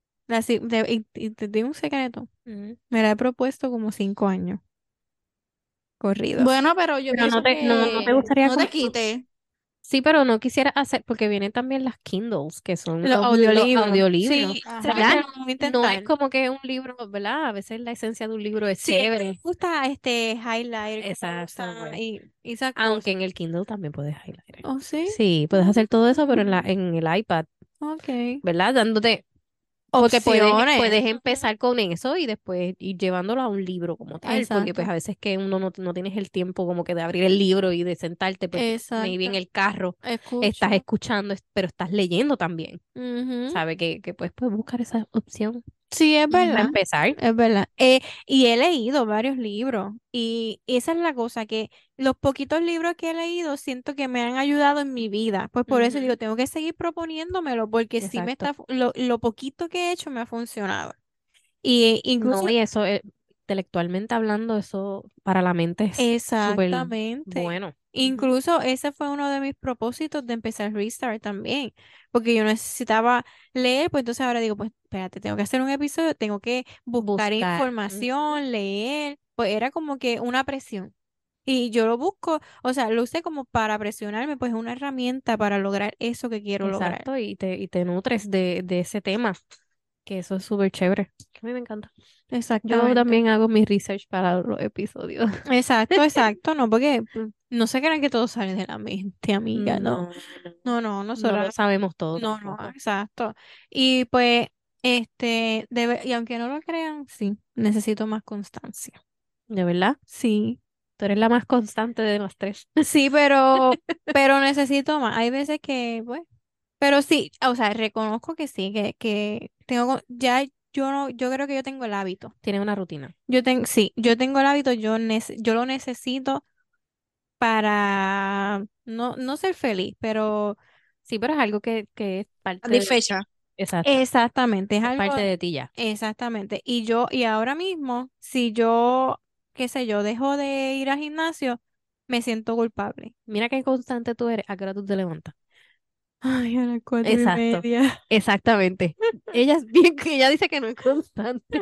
Y te digo un secreto, Ujú. me la he propuesto como 5 años corridos. Bueno, pero yo Pero pienso no te que gustaría no como... te quite. Sí, pero no quisiera hacer, porque vienen también las Kindles, que son Los los audiolibros, audiolibros, sí, Ajá. realmente ¿verdad? lo voy a No es intentar. como que un libro, ¿verdad? A veces la esencia de un libro es Sí, es que me chévere. gusta highlight, Exacto. y esas Aunque cosas. en el Kindle también puedes highlighter. ¿Oh, sí? Sí, puedes hacer todo eso, pero Mm, en el iPad, ok. ¿verdad? Dándote, porque Opciones. puedes empezar con eso y después ir llevándolo a un libro como tal, porque pues Exacto, a veces que uno no tienes el tiempo como que de abrir el libro y de sentarte, pues maybe en exacto. el carro estás Escucho. escuchando, pero estás leyendo también. Ujú. ¿Sabe? Que puedes buscar esa opción Sí, es para verdad, Ujú. empezar. es verdad. Y he leído varios libros y esa es la cosa, que los poquitos libros que he leído siento que me han ayudado en mi vida. Pues por eso digo, Ujú, tengo que seguir proponiéndomelo porque sí exacto. lo poquito que he hecho me ha funcionado. Y incluso, No, y eso, intelectualmente hablando, eso para la mente es súper exactamente. bueno. Ujú. Incluso ese fue uno de mis propósitos de empezar Restart también, porque yo necesitaba leer, pues entonces ahora digo, pues espérate, tengo que hacer un episodio, tengo que buscar Buscar. Ujú. información, leer, pues era como que una presión. Y yo lo busco, o sea, lo usé como para presionarme, pues es una herramienta para lograr eso que quiero lograr. Exacto, y te nutres de ese tema, que eso es súper chévere. Que a mí me encanta. Yo Exactamente. también hago mi research para los episodios. Exacto, exacto, no, porque no se crean que todo sale de la mente, amiga, no. No, no, No, no, no lo nosotras, sabemos todo no, no, tampoco. exacto. Y pues, y aunque no lo crean, sí, necesito más constancia. ¿De verdad? Sí, Tú eres la más constante de las tres. sí, pero necesito más. Hay veces que, pues, pero sí, o sea, reconozco que sí, que ya yo no, yo creo que yo tengo el hábito. Tienes una rutina. Sí, yo tengo el hábito, yo lo necesito para no ser feliz, pero Sí, pero es algo que es parte de ti. Satisfecha. Exacto. exactamente, es Es algo, parte de ti ya. exactamente. Y ahora mismo, si yo, qué sé yo, dejo de ir al gimnasio, me siento culpable. Mira qué constante tú eres. ¿A qué hora tú te levantas? Ay, a las cuatro y Exacto, media. exactamente. Ella es bien, que ella dice que no es constante.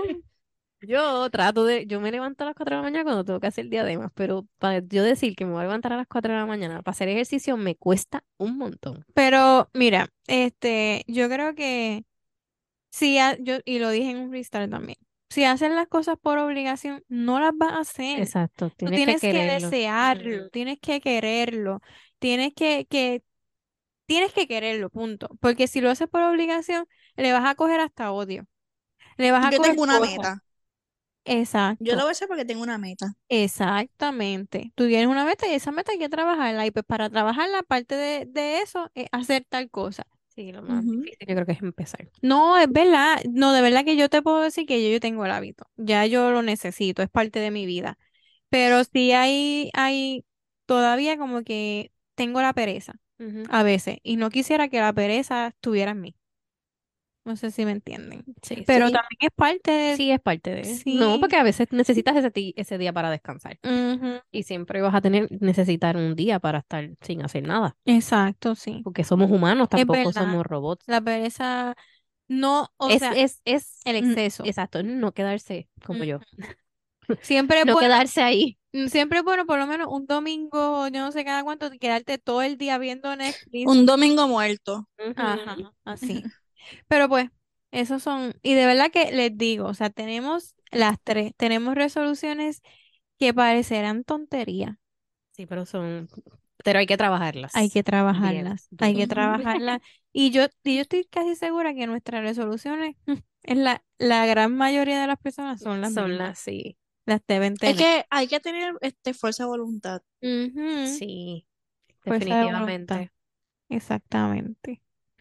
Yo me levanto a las 4 de la mañana cuando tengo que hacer diademas, pero para yo decir que me voy a levantar a las 4 de la mañana para hacer ejercicio me cuesta un montón. Pero mira, yo creo que y lo dije en un freestyle también, si haces las cosas por obligación, no las vas a hacer. Exacto, Tú tienes que tienes que quererlo. desearlo, tienes que quererlo, tienes tienes que quererlo, punto. Porque si lo haces por obligación, le vas a coger hasta odio, le vas a Yo coger tengo una cosas. meta. Yo lo Exacto, voy a hacer porque tengo una meta. exactamente. Tú tienes una meta y esa meta hay que trabajarla. Y pues para trabajarla, parte de eso es hacer tal cosa. Sí, lo más Ujú. difícil yo creo que es empezar. No, es verdad. No, de verdad que yo te puedo decir que yo tengo el hábito. Ya yo lo necesito, es parte de mi vida. Pero sí hay todavía como que tengo la pereza Ujú. a veces. Y no quisiera que la pereza estuviera en mí. No sé si me entienden. Sí, Pero Sí. también es parte de... sí es parte de. No, porque Sí. a veces necesitas ese día para descansar. Ujú, Y siempre vas a necesitar un día para estar sin hacer nada. exacto, sí. Porque somos humanos, Es tampoco verdad. somos robots. La pereza no, o sea, el exceso. Exacto, no quedarse como yo. Ujú. Siempre es No bueno, quedarse ahí. siempre es bueno por lo menos un domingo, yo no sé cada cuánto, quedarte todo el día viendo Netflix. Un domingo muerto. Ajá, Ujú. así. Pero pues, esos son, y de verdad que les digo, o sea, tenemos las tres, tenemos resoluciones que parecerán tontería. Sí, pero hay que Hay trabajarlas. que Bien, trabajarlas, hay duro. que Ujú. trabajarlas. Y yo estoy casi segura que nuestras resoluciones, es la gran mayoría de las personas son las Son mismas, las, sí, las deben Es tener. que hay que tener fuerza de voluntad. Ujú, sí, fuerza de voluntad, definitivamente. exactamente.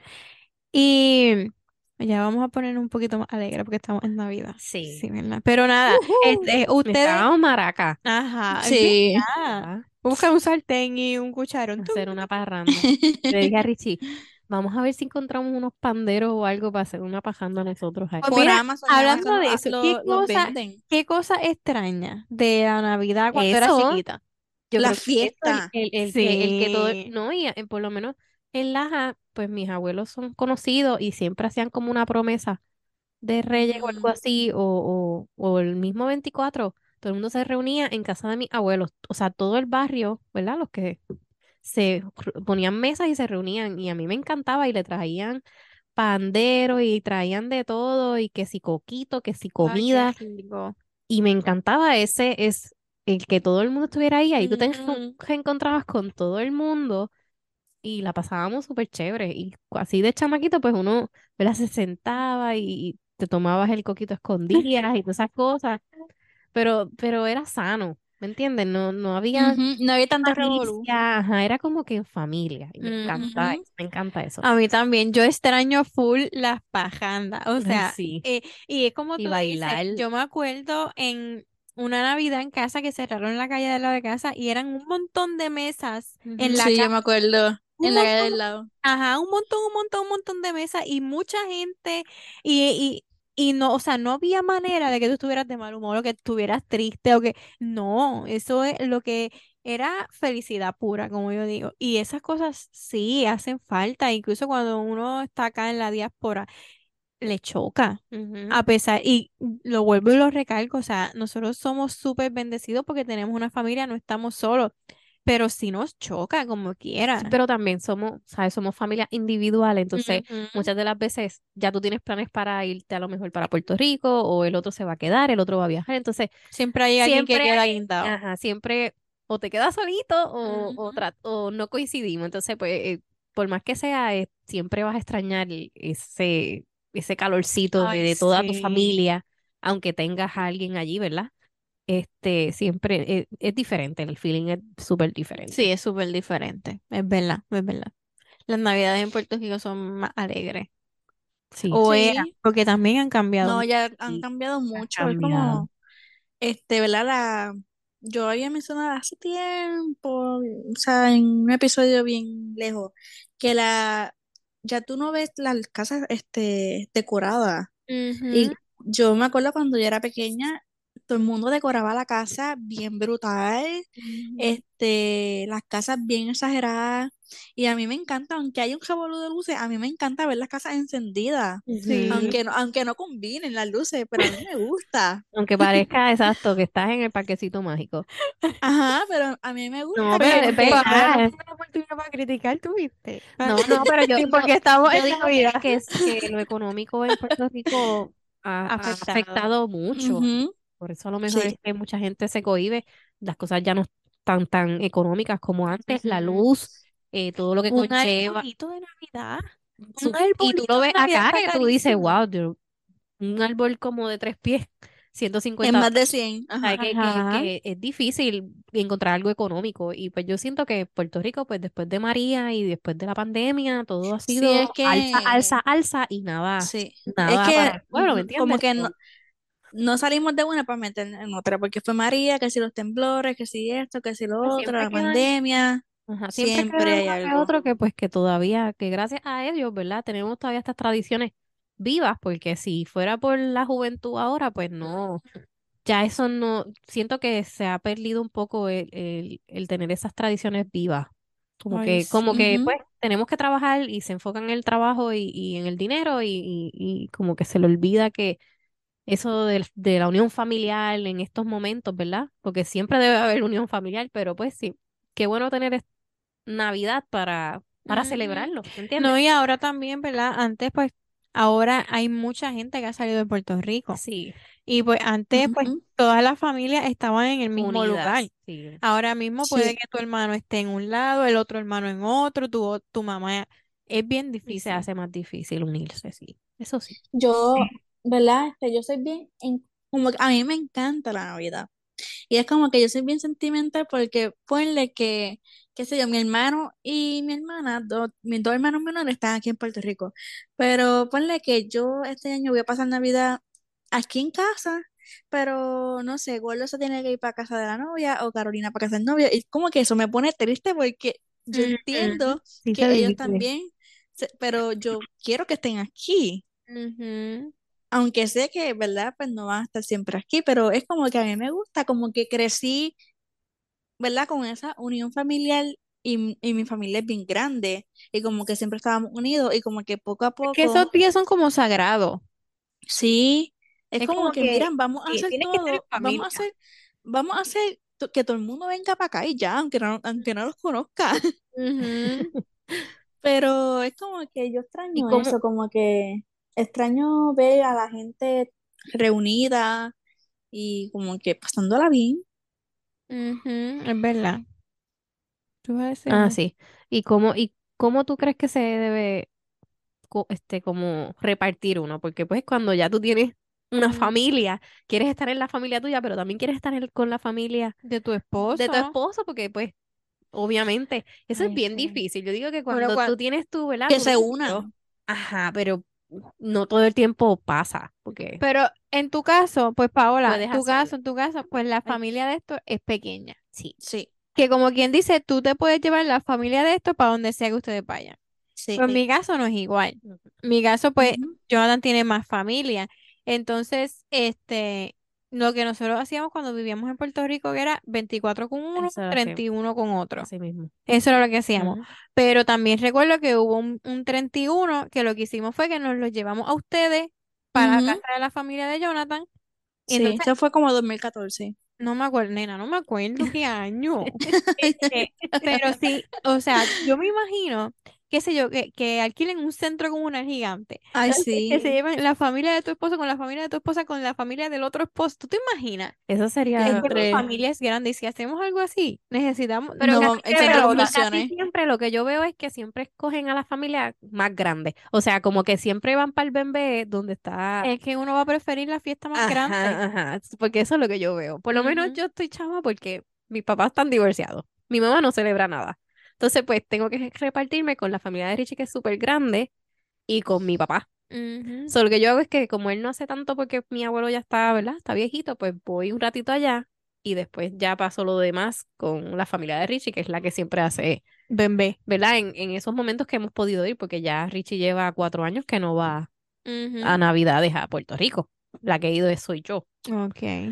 Y ya vamos a poner un poquito más alegre porque estamos en Navidad. Sí. Sí, ¿verdad? Pero nada, Ujú. ustedes, Estábamos maraca. ajá, es Sí. verdad. Ya, Busca un sartén y un cucharón. ¡Tum! hacer una parranda. Le dije a Richie, vamos a ver si encontramos unos panderos o algo para hacer una pajanda a nosotros ahí. Pues Por mira, Amazon, en hablando Amazon de eso, los venden. qué cosa extraña de la Navidad cuando era Eso, chiquita? yo La creo que eso, fiesta. el que todo, Sí. no, y por lo menos en Laja, pues mis abuelos son conocidos y siempre hacían como una promesa de Reyes o algo Ujú. así, o el mismo 24 todo el mundo se reunía en casa de mis abuelos, o sea, todo el barrio, ¿verdad? Los que ponían mesas y se reunían, y a mí me encantaba y le traían panderos y traían de todo, y que si coquito, que si Ay, qué comida, rico. y me encantaba es el que todo el mundo estuviera ahí, ahí tú te Ujú. encontrabas con todo el mundo y la pasábamos súper chévere. Y así de chamaquito, pues uno, ¿verdad? Se sentaba y te tomabas el coquito a escondidas y todas esas cosas. Pero era sano, ¿me entiendes? No había Ujú. No había tanta revolú. malicia, ajá, era como que en familia. Y Ujú. me encanta eso. A mí también, yo extraño full las pajandas, o Ay, sea, sí. y es como Y tú dices, bailar. yo me acuerdo en una Navidad en casa que cerraron la calle de lado de casa y eran un montón de mesas en Ujú. la Sí, yo calle, me acuerdo. un En la calle montón, del lado. ajá, un montón de mesas y mucha gente y, y no, o sea, no había manera de que tú estuvieras de mal humor o que estuvieras triste o que, no, eso es lo que era felicidad pura, como yo digo. Y esas cosas sí hacen falta, incluso cuando uno está acá en la diáspora, le choca. Ujú. A pesar, y lo vuelvo y lo recalco, o sea, nosotros somos súper bendecidos porque tenemos una familia, no estamos solos, pero sí nos choca como Sí, quiera. pero también somos, ¿sabes? Somos familias individuales, entonces Ujú. muchas de las veces ya tú tienes planes para irte a lo mejor para Puerto Rico o el otro se va a quedar, el otro va a viajar, entonces Siempre hay alguien que siempre, queda guindado. ajá, siempre o te quedas solito Ujú. o no coincidimos, entonces pues por más que sea, siempre vas a extrañar ese calorcito Ay, de toda tu sí. familia, aunque tengas a alguien allí, ¿verdad? Siempre es diferente, el feeling es súper Sí, diferente. es súper diferente. Es verdad, es verdad. Las navidades en Puerto Rico son más alegres. Sí, O eran, Sí. porque también han cambiado No, mucho. ya han sí, cambiado ha mucho. Es cambiado. como, ¿verdad? Yo había mencionado hace tiempo, o sea, en un episodio bien lejos, que ya tú no ves las casas, decoradas. Ujú. Y yo me acuerdo cuando yo era pequeña, todo el mundo decoraba la casa bien brutal, Ujú. las casas bien exageradas. Y a mí me encanta, aunque hay un revolú de luces, a mí me encanta ver las casas encendidas. Ujú. Sí. Aunque no combinen las luces, pero a mí me gusta. Aunque parezca exacto que estás en el parquecito mágico. Ajá, pero a mí me No, gusta pero que es Porque porque, ahora no verdad. fue una oportunidad para criticar, ¿tuviste? No, pero Sí, porque estamos yo en digo Navidad que lo económico en Puerto Rico ha afectado. afectado mucho. ujú, Por eso a lo mejor es sí, que mucha gente se cohíbe. Las cosas ya no están tan económicas como antes. La Ujú. luz, todo lo que Un conlleva. arbolito de Navidad. Un Y tú lo arbolito de ves Navidad acá está que tú dices, carísimo. wow, un árbol como de 3 pies, es 150 más de dólares. 100 ¿Sabes? ajá. Ajá. Que es difícil encontrar algo económico. Y pues yo siento que Puerto Rico, pues después de María y después de la pandemia, todo ha Sí, es sido alza, que, alza, alza y nada, sí, es nada para que el pueblo, ¿me como entiendes? que So, no salimos de una para meter en otra, porque fue María, que si los temblores, que si esto, que si lo pues otro, siempre la quedan, pandemia, ajá, siempre siempre queda hay uno que algo. otro que pues que todavía, que gracias a ellos, ¿verdad? Tenemos todavía estas tradiciones vivas, porque si fuera por la juventud ahora, pues no. Ya eso no, siento que se ha perdido un poco el tener esas tradiciones vivas. Ay, Como que, sí. Ujú. pues, tenemos que trabajar y se enfocan en el trabajo y en el dinero y como que se le olvida que eso de la unión familiar en estos momentos, ¿verdad? Porque siempre debe haber unión familiar, pero pues sí, qué bueno tener Navidad para Ujú. celebrarlo, ¿me entiendes? No, y ahora también, ¿verdad? Antes, pues, ahora hay mucha gente que ha salido de Puerto Rico. Sí, Y pues antes, pues, Ujú. todas las familias estaban en el mismo lugar. unidas, sí, Ahora mismo puede Sí, que tu hermano esté en un lado, el otro hermano en otro, tu mamá. Es bien y se difícil. hace más difícil unirse, sí, eso sí. yo, ¿verdad? Yo soy bien, como que a mí me encanta la Navidad. Y es como que yo soy bien sentimental porque ponle que, qué sé yo, mi hermano y mi hermana, mis dos hermanos menores están aquí en Puerto Rico. Pero ponle que yo este año voy a pasar Navidad aquí en casa, pero no sé, Gordo se tiene que ir para casa de la novia o Carolina para casa del novio. Y como que eso me pone triste porque yo Ujú. entiendo Sí se que ellos divide. también, pero yo quiero que estén aquí. Ujú. Aunque sé que, ¿verdad? Pues no van a estar siempre aquí, pero es como que a mí me gusta, como que crecí, ¿verdad? Con esa unión familiar y mi familia es bien grande y como que siempre estábamos unidos y como que poco a Es que esos poco, días son como sagrados. sí, es Es como como que, que miran, vamos a sí, hacer tienes que estar en todo, familia. vamos a hacer que todo el mundo venga para acá y ya, aunque no los conozca. Ujú. Pero es como que yo ¿Y extraño cómo, eso, como que extraño ver a la gente reunida y como que pasándola bien. Ujú, es verdad. ¿Tú vas a decir Ah, algo? sí. Y cómo tú crees que se debe, como repartir uno? Porque pues cuando ya tú tienes una Mm, familia, quieres estar en la familia tuya, pero también quieres estar con la familia de tu de tu esposo. esposo, porque pues obviamente eso es Ay, bien sí. difícil. Yo digo que Bueno, cuando tú tienes tu, ¿verdad? Que Tu se núcleo, unan. ajá, pero no todo el tiempo pasa, porque pero en tu caso, pues Paola, puedes hacerlo. en tu caso, pues la Ay, familia de esto es pequeña. sí. Sí, Que como quien dice, tú te puedes llevar la familia de esto para donde sea que ustedes vayan. sí. Pero en mi caso no es igual. Ujú. En mi caso, pues, Ujú. Jonathan tiene más familia. Entonces, lo que nosotros hacíamos cuando vivíamos en Puerto Rico que era 24 con uno, Eso así, 31 con otro. así mismo. Eso era lo que hacíamos. Ujú. Pero también recuerdo que hubo un 31 que lo que hicimos fue que nos los llevamos a ustedes para la Ujú. casa de la familia de Jonathan. Y Sí, entonces, eso fue como 2014. no me acuerdo, nena, no me acuerdo qué año. Pero sí, o sea, yo me imagino, qué sé yo, que alquilen un centro comunal gigante. Ay, Entonces, que se sí. lleven la familia de tu esposo con la familia de tu esposa con la familia del otro esposo. ¿Tú te imaginas? Eso Es sería que mi Entre, familia es grande y si hacemos algo así, necesitamos, pero no, necesitamos el que centro de Paola. casi convenciones. siempre lo que yo veo es que siempre escogen a la familia más grande. O sea, como que siempre van para el bembé donde está. Es que uno va a preferir la fiesta más grande. Ajá, ajá. Porque eso es lo que yo veo. Por lo menos Ujú, yo estoy chava porque mis papás están divorciados. Mi mamá no celebra nada. Entonces, pues tengo que repartirme con la familia de Richie, que es súper grande, y con mi papá. ujú. Solo que yo hago es que como él no hace tanto porque mi abuelo ya está, ¿verdad? Está viejito, pues voy un ratito allá y después ya paso lo demás con la familia de Richie, que es la que siempre hace, Ven, ve. ¿verdad? En esos momentos que hemos podido ir, porque ya Richie lleva 4 años que no va a Ujú. Navidades a Puerto Rico. La que he ido soy yo. Ok.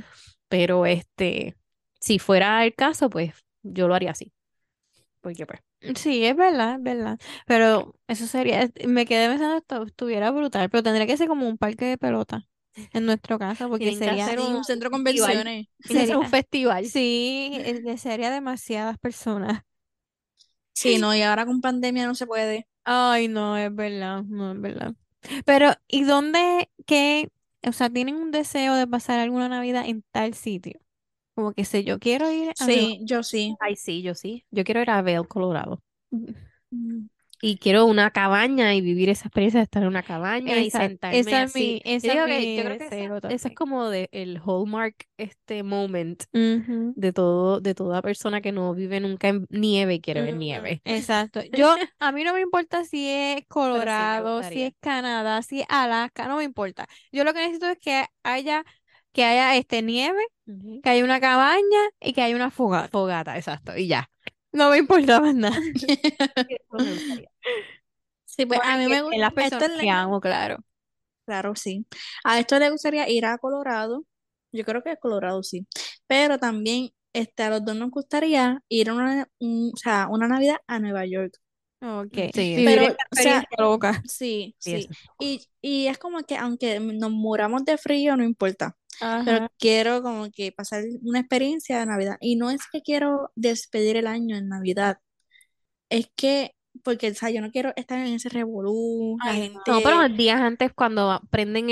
Pero si fuera el caso, pues yo lo haría así. Porque pues, Sí, es verdad, es verdad. Pero eso sería, me quedé pensando, esto estuviera brutal, pero tendría que ser como un parque de pelota, en nuestro caso, porque tienen que sería, hacer Sí, un un centro de festival. convenciones. Tienen que hacer un sería, festival. sí, sería demasiadas personas. Sí, no, y ahora con pandemia no se puede. Ay, no, es verdad, no es verdad. Pero, ¿y dónde, o sea, tienen un deseo de pasar alguna Navidad en tal sitio? Como que sé, yo quiero ir a Nueva Sí, yo sí. Ay, sí, yo sí. Yo quiero ir a Vail, Colorado. York. Mm, Y quiero una cabaña y vivir esa experiencia de estar en una cabaña y sentarme así. Yo Esa es digo que mi yo creo que deseo esa es también. como el hallmark moment Ujú, de toda persona que no vive nunca en nieve y quiere ver ujú, nieve. exacto. A mí no me importa si es Pero sí me Colorado, si es gustaría. Canadá, si es Alaska, no me importa. Yo lo que necesito es que haya nieve, Ujú. que haya una cabaña y que haya una fogata. Fogata, exacto, y ya. No me importa más nada. Eso me gustaría. Sí, pues Con a el mí que me estén gusta, las personas que amo, claro. claro, sí. A esto le gustaría ir a Colorado. Yo creo que a Colorado sí. Pero también a los dos nos gustaría ir a o sea, una Navidad a Nueva York. Ok. Sí, Vivir Pero, esta o sea, experiencia loca. sí, sí, sí. eso. Y es como que aunque nos muramos de frío, no importa. Pero Ajá. quiero como que pasar una experiencia de Navidad. Y no es que quiero despedir el año en Navidad. Es que, porque, o sea, yo no quiero estar en ese revolú, la Ay, no. No, pero gente. días antes cuando prenden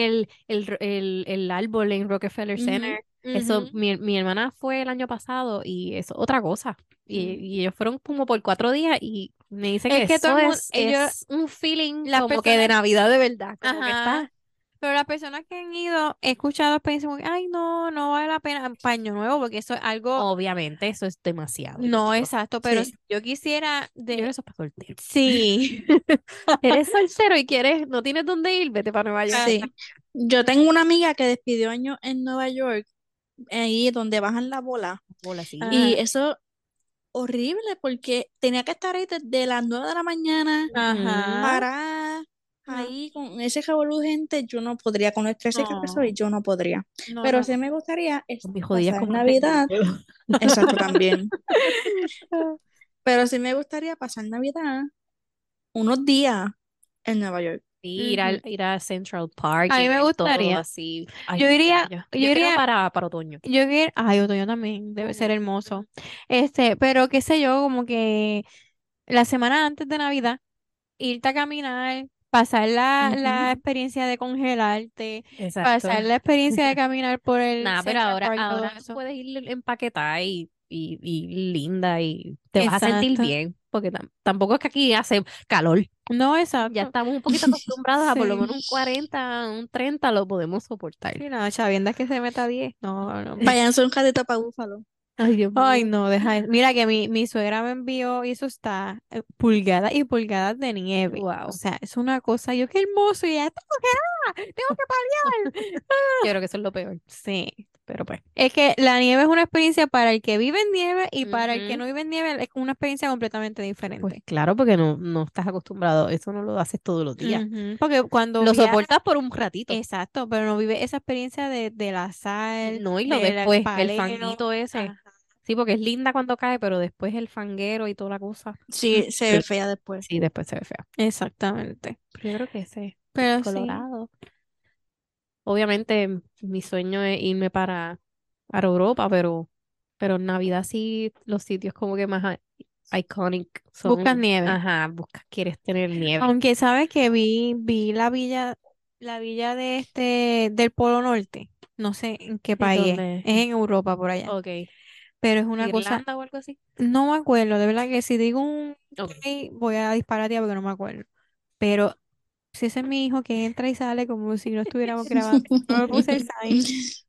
el árbol en Rockefeller Ujú. Center, eso, Ujú. mi hermana fue el año pasado y eso, otra cosa. Mm. Y ellos fueron como por 4 días y me dice que Es que todo eso el mundo, ellos, es un feeling las como que de personas, Navidad de verdad, como que ajá, está, pero las personas que han ido, he escuchado experiencias como que, ay, no, no vale la pena paño nuevo, porque eso es algo, obviamente, eso es demasiado, yo no digo. exacto, pero si Sí, yo quisiera Yo creo que de, eso es para soltero. sí, Eres soltero y no tienes dónde ir, vete para Nueva York. sí. Yo tengo una amiga que despidió año en Nueva York, ahí donde bajan la bola. Bola, sí. Y ajá, eso horrible porque tenía que estar ahí desde las 9 de la mañana Ujú. ajá, parada no, ahí con ese revolú de gente. Yo no podría, con lo estresada que soy, no, yo no podría. no, Pero no. sí me gustaría Con mis jodillas pasar como antes, yo no Navidad, puedo. exacto también. Pero sí me gustaría pasar Navidad unos días en Nueva York. Sí, Ujú. ir a Central Park A y mí me ver todo gustaría, así. Ay, yo qué diría, bello. yo Yo quiero diría para otoño. ay, otoño también, debe ser hermoso. Pero qué sé yo, como que la semana antes de Navidad, irte a caminar, pasar la Ujú. experiencia de congelarte, Exacto. pasar la experiencia de caminar por el Nada, pero Central Park y todo ahora eso. puedes ir empaquetada y linda y te vas a sentir Exacto. bien, porque tampoco es que aquí hace calor. No, Ya exacto. estamos un poquito acostumbrados a por lo Sí. menos un 40, un 30 lo podemos soportar. Sí, no, chaviendas que se meta 10. No, no, hombre. Váyanse un ratito para Búfalo. Ay, Dios Ay, mío. no, deja eso. Mira que mi suegra me envió y eso está pulgadas y pulgadas de nieve. O Wow. sea, es una cosa, yo qué hermoso y ya tengo que paliar. Yo creo que eso es lo peor. Sí. Pero pues. Es que la nieve es una experiencia para el que vive en nieve y para el que Ujú. no vive en nieve es una experiencia completamente Pues diferente. claro, porque no estás acostumbrado. Eso no lo haces todos los días. Ujú. Porque cuando Lo viaja, soportas por un ratito. exacto, pero no vive esa experiencia de la sal, No, y lo del después, el paleo. fanguito ese. Ajá. Sí, porque es linda cuando cae, pero después el fanguero y toda la cosa. Sí, se ve Sí, fea después. sí, después se ve feo. Exactamente. Pero yo creo que ese Pero sí. Colorado. Obviamente, mi sueño es irme para Europa, pero en Navidad sí, los sitios como que más iconic Buscas son, nieve. ajá, buscas, quieres tener nieve. Aunque sabes que vi la villa del Polo Norte. No sé en qué ¿Y país es. dónde? Es en Europa por allá. Ok. Pero es una cosa, ¿Irlanda o algo así? no me acuerdo, de verdad que si digo un Ok. país, voy a disparar porque no me acuerdo. Pero si ese es mi hijo que entra y sale como si no estuviéramos grabando. No me puse el sign.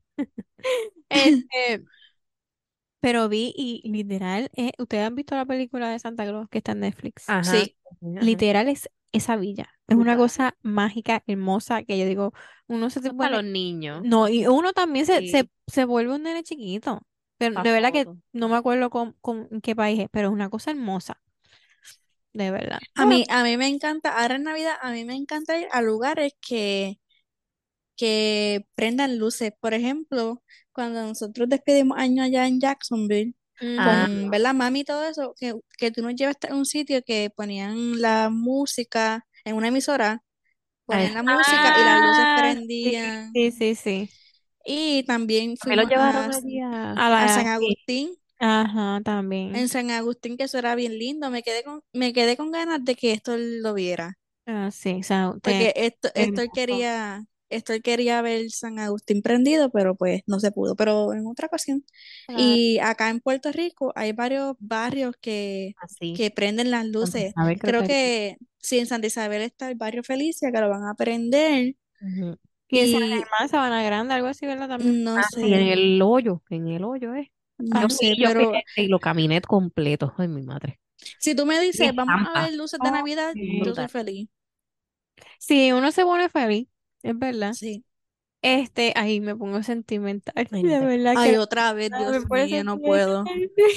Este, pero vi y literal, ¿ustedes han visto la película de Santa Claus que está en Netflix? Ajá. Sí, Ajá. Literal es esa villa. Es una Brutal. cosa mágica, hermosa, que yo digo, uno se Eso es para pone, los niños. no, y uno también Sí, se vuelve un nene chiquito. Pero para de verdad que fotos. no me acuerdo en qué país es, pero es una cosa hermosa, de verdad. Pero, a mí me encanta, ahora en Navidad, a mí me encanta ir a lugares que que prendan luces. Por ejemplo, cuando nosotros despedimos año allá en Jacksonville, Ah, con, ¿verdad, mami y todo eso? Que tú nos llevaste a un sitio que ponían la música en una emisora, a ponían ese- la música y las luces Ah, sí, prendían. sí, sí, sí. Y también me lo fuimos llevaron allí a... A a San la, sí. Agustín. Ajá, también. En San Agustín, que eso era bien lindo. Me quedé con ganas de que esto lo viera. Ah, sí, o sea, Porque hermoso. Esto quería ver San Agustín prendido, pero pues no se pudo. Pero en otra ocasión. Claro. Y acá en Puerto Rico hay varios barrios Así. que prenden las Entonces, luces. a ver, creo Creo que... que sí, en Santa Isabel está el barrio Felicia, que lo van a prender. Ujú. Y en San Y Germán, Sabana Grande, algo así, ¿verdad? También. no Ah, sí, sé, en el hoyo, ¿eh? Ah, no sé, Yo fui pero y lo caminé completo. Ay, mi madre. si tú me Y dices, vamos a estampa. ver luces de oh, Navidad, yo sí. soy Brutal. feliz. Sí, uno se pone feliz, es verdad. Sí. Ahí me pongo sentimental. Ay, no De te... verdad que Ay, otra vez, me Dios pone mío, no sentimental. puedo.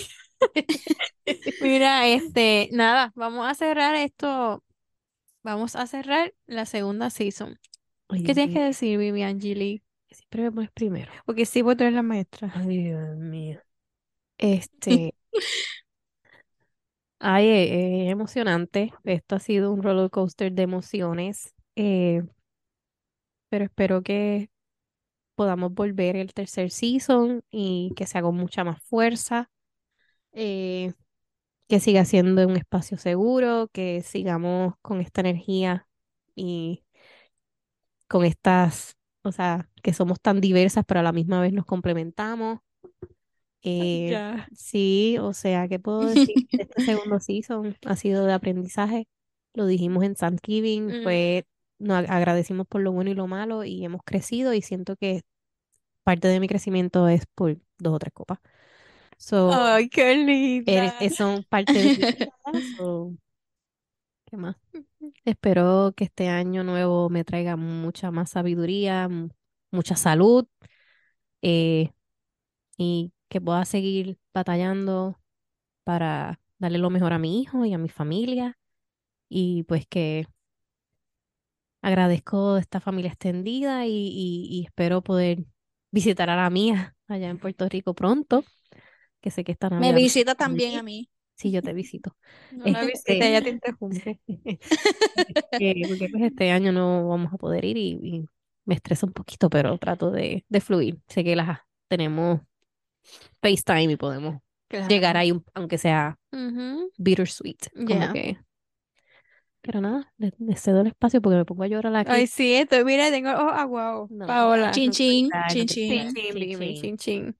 Mira, nada, vamos a cerrar esto. Vamos a cerrar la segunda season. Ay, ¿Qué Dios tienes mío. que decir, Vivi Angeli? Siempre me pones primero. Porque sí, vos tú eres la maestra. Ay, Dios mío. Este, Ay, emocionante. Esto ha sido un roller coaster de emociones. Pero espero que podamos volver el tercer season y que se haga con mucha más fuerza. eh, que siga siendo un espacio seguro, que sigamos con esta energía y con estas, o sea, que somos tan diversas, pero a la misma vez nos complementamos. Eh, ya. sí, o sea, ¿qué puedo decir? Este segundo season ha sido de aprendizaje. Lo dijimos en Thanksgiving, Mm. fue, nos agradecimos por lo bueno y lo malo y hemos crecido y siento que parte de mi crecimiento es por dos o tres copas. So, Ay, qué linda. son parte de mi vida. So, ¿qué más? Espero que este año nuevo me traiga mucha más sabiduría, mucha salud, eh, y que pueda seguir batallando para darle lo mejor a mi hijo y a mi familia. Y pues que agradezco esta familia extendida y espero poder visitar a la mía allá en Puerto Rico pronto, que sé que esta Me Navidad no visita puedo también a venir. mí. Sí, yo te visito. No la visita, Este, ya te interrumpo. porque pues este año no vamos a poder ir y me estresa un poquito, pero trato de fluir. Sé que las tenemos FaceTime y podemos llegar Claro. ahí, aunque sea Ujú, bittersweet, como ya. que, pero nada, le cedo el espacio porque me pongo a llorar Ay, aquí. sí, mira, tengo ojos aguados. No, Paola. Chin no te chin, preocupes, no chin te Chin, chin. preocupes. chin, Chin, Vivi, chin. chin, chin.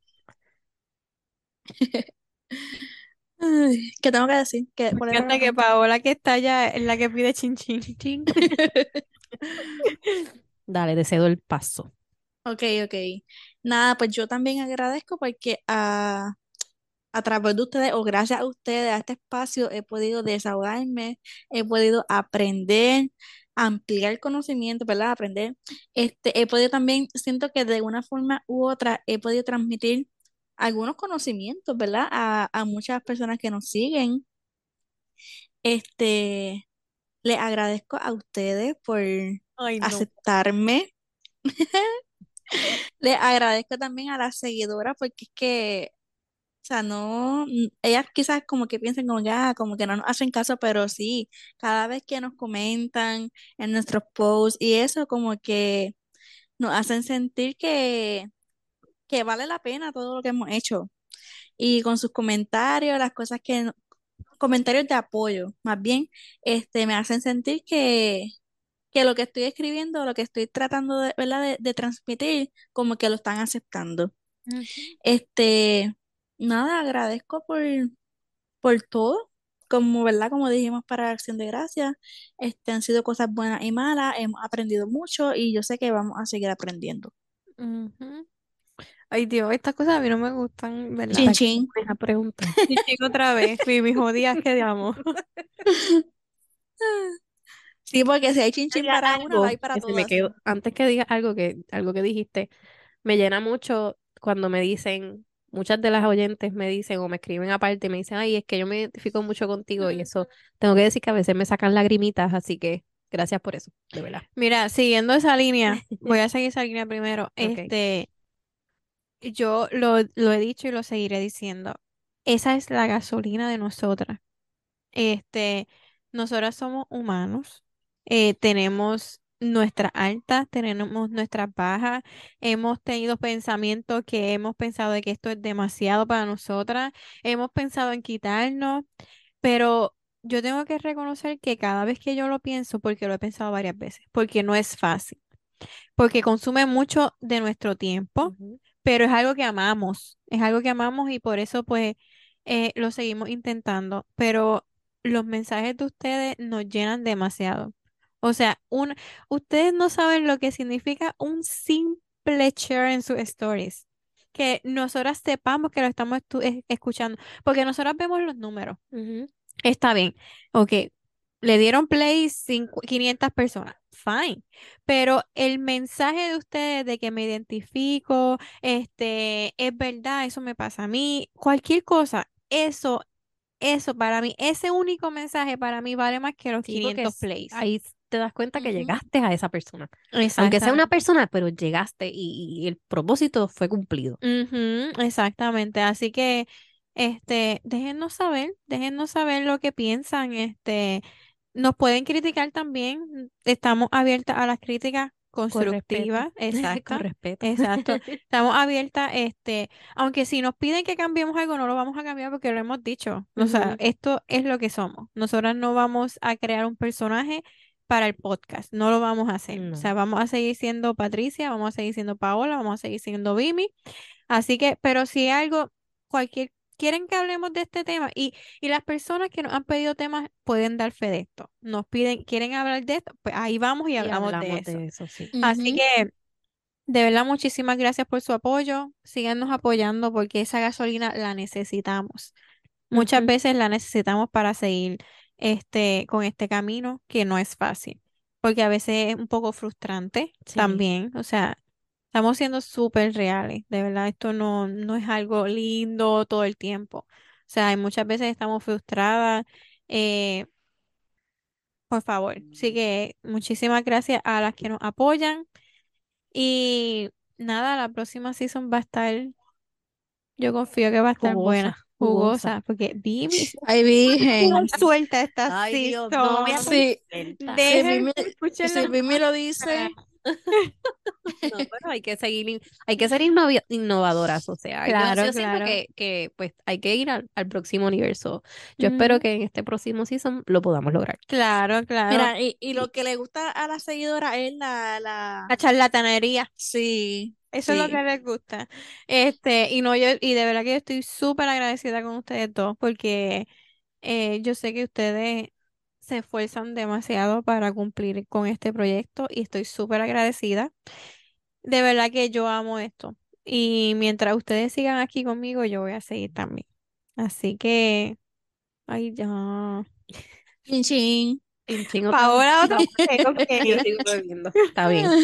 Ay, ¿qué tengo que decir? Me ¿Cuál era encanta la...? que Paola, que está allá, es la que pide chin, chin. Chin, chin. Dale, te cedo el paso. Ok, ok. Nada, pues yo también agradezco porque a través de ustedes o gracias a ustedes, a este espacio, he podido desahogarme, he podido aprender, ampliar conocimiento, ¿verdad? Aprender. He podido también, siento que de una forma u otra he podido transmitir algunos conocimientos, ¿verdad? A muchas personas que nos siguen. Este, Les agradezco a ustedes por Ay, no. aceptarme. Les agradezco también a las seguidoras porque es que, o sea, no, ellas quizás como que piensen como que, como que no nos hacen caso, pero sí, cada vez que nos comentan en nuestros posts y eso como que nos hacen sentir que vale la pena todo lo que hemos hecho. Y con sus comentarios, las cosas comentarios de apoyo, más bien, me hacen sentir que lo que estoy escribiendo, lo que estoy tratando de, ¿verdad? De transmitir, como que lo están aceptando. Ujú. Este, Nada, agradezco por todo, como, ¿verdad? Como dijimos para Acción de Gracias, han sido cosas buenas y malas, hemos aprendido mucho y yo sé que vamos a seguir aprendiendo. Ujú. Ay, Dios, estas cosas a mí no me gustan, ¿verdad? Chin ¿Para qué me chin. pones a preguntar? Chin, chin otra vez. Mis jodidas que amo. Sí, porque si hay chin chin Diga para una, lo algo hay para que se me todas. quedó, antes que digas algo que dijiste, me llena mucho cuando me dicen, muchas de las oyentes me dicen o me escriben aparte y me dicen, ay, es que yo me identifico mucho contigo y eso, tengo que decir que a veces me sacan lagrimitas, así que Gracias por eso, de verdad. Mira, siguiendo esa línea, voy a seguir esa línea primero. Ok. Yo lo he dicho y lo seguiré diciendo. Esa es la gasolina de nosotras. Este, nosotras somos humanos, tenemos nuestras altas, tenemos nuestras bajas, hemos tenido pensamientos que hemos pensado de que esto es demasiado para nosotras, hemos pensado en quitarnos, pero yo tengo que reconocer que cada vez que yo lo pienso, porque lo he pensado varias veces, porque no es fácil porque consume mucho de nuestro tiempo, Ujú. pero es algo que amamos y por eso pues lo seguimos intentando, pero los mensajes de ustedes nos llenan demasiado. O sea, ustedes no saben lo que significa un simple share en sus stories. Que nosotras sepamos que lo estamos escuchando, porque nosotras vemos los números. Ujú. Está bien, ok. Le dieron play 500 personas, fine. Pero el mensaje de ustedes de que me identifico, es verdad, eso me pasa a mí, cualquier cosa, eso para mí, ese único mensaje para mí vale más que los Sí, porque 500 plays. ahí te das cuenta que Ujú. llegaste a esa persona. Aunque sea una Exactamente. persona, pero llegaste y el propósito fue cumplido. Ujú, exactamente. Así que, déjennos saber lo que piensan. Nos pueden criticar también. Estamos abiertas a las críticas Con respeto. constructivas. Con Exacto. respeto. Exacto. Estamos abiertas, aunque si nos piden que cambiemos algo, no lo vamos a cambiar porque lo hemos dicho. O sea, Ujú. esto es lo que somos. Nosotras no vamos a crear un personaje para el podcast. No lo vamos a hacer. O No. sea, vamos a seguir siendo Patricia, vamos a seguir siendo Paola, vamos a seguir siendo Vimi. Así que, pero si algo, quieren que hablemos de este tema y las personas que nos han pedido temas pueden dar fe de esto. Nos piden, quieren hablar de esto, pues ahí vamos y Y hablamos de hablamos eso. de eso, sí. Así Ujú. que, de verdad, muchísimas gracias por su apoyo. Síganos apoyando porque esa gasolina la necesitamos. Muchas Ujú. veces la necesitamos para seguir con este camino que no es fácil, porque a veces es un poco frustrante Sí. también, o sea, estamos siendo súper reales, de verdad, esto no es algo lindo todo el tiempo, o sea, y muchas veces estamos frustradas, eh, por favor, así que muchísimas gracias a las que nos apoyan y nada, la próxima season va a estar, yo confío que va a estar Jugosa, buena, jugosa. jugosa, porque Dimi Ay, muy Virgen. suelta esta Ay, Dios, no me season. hagas Si, vuelta. si Dejen Vimi, que escuchen si la Vimi lo música. dice, No, pero hay que seguir, hay que ser innovadoras, o sea, Claro, yo siento claro. que pues hay que ir al próximo universo. Yo espero Ujú, que en este próximo season lo podamos lograr. claro, claro. mira, y Y lo que le gusta a la seguidora es la charlatanería. sí, Eso es lo que sí. les gusta. Y de verdad que yo estoy súper agradecida con ustedes dos porque yo sé que ustedes se esfuerzan demasiado para cumplir con este proyecto y estoy súper agradecida. De verdad que yo amo esto. Y mientras ustedes sigan aquí conmigo, yo voy a seguir también. Así que, ay, ya. Chin, chin. Chin, chin, otra vez. Paola, otra No, vez me tengo que yo ir. sigo bebiendo. Está bien.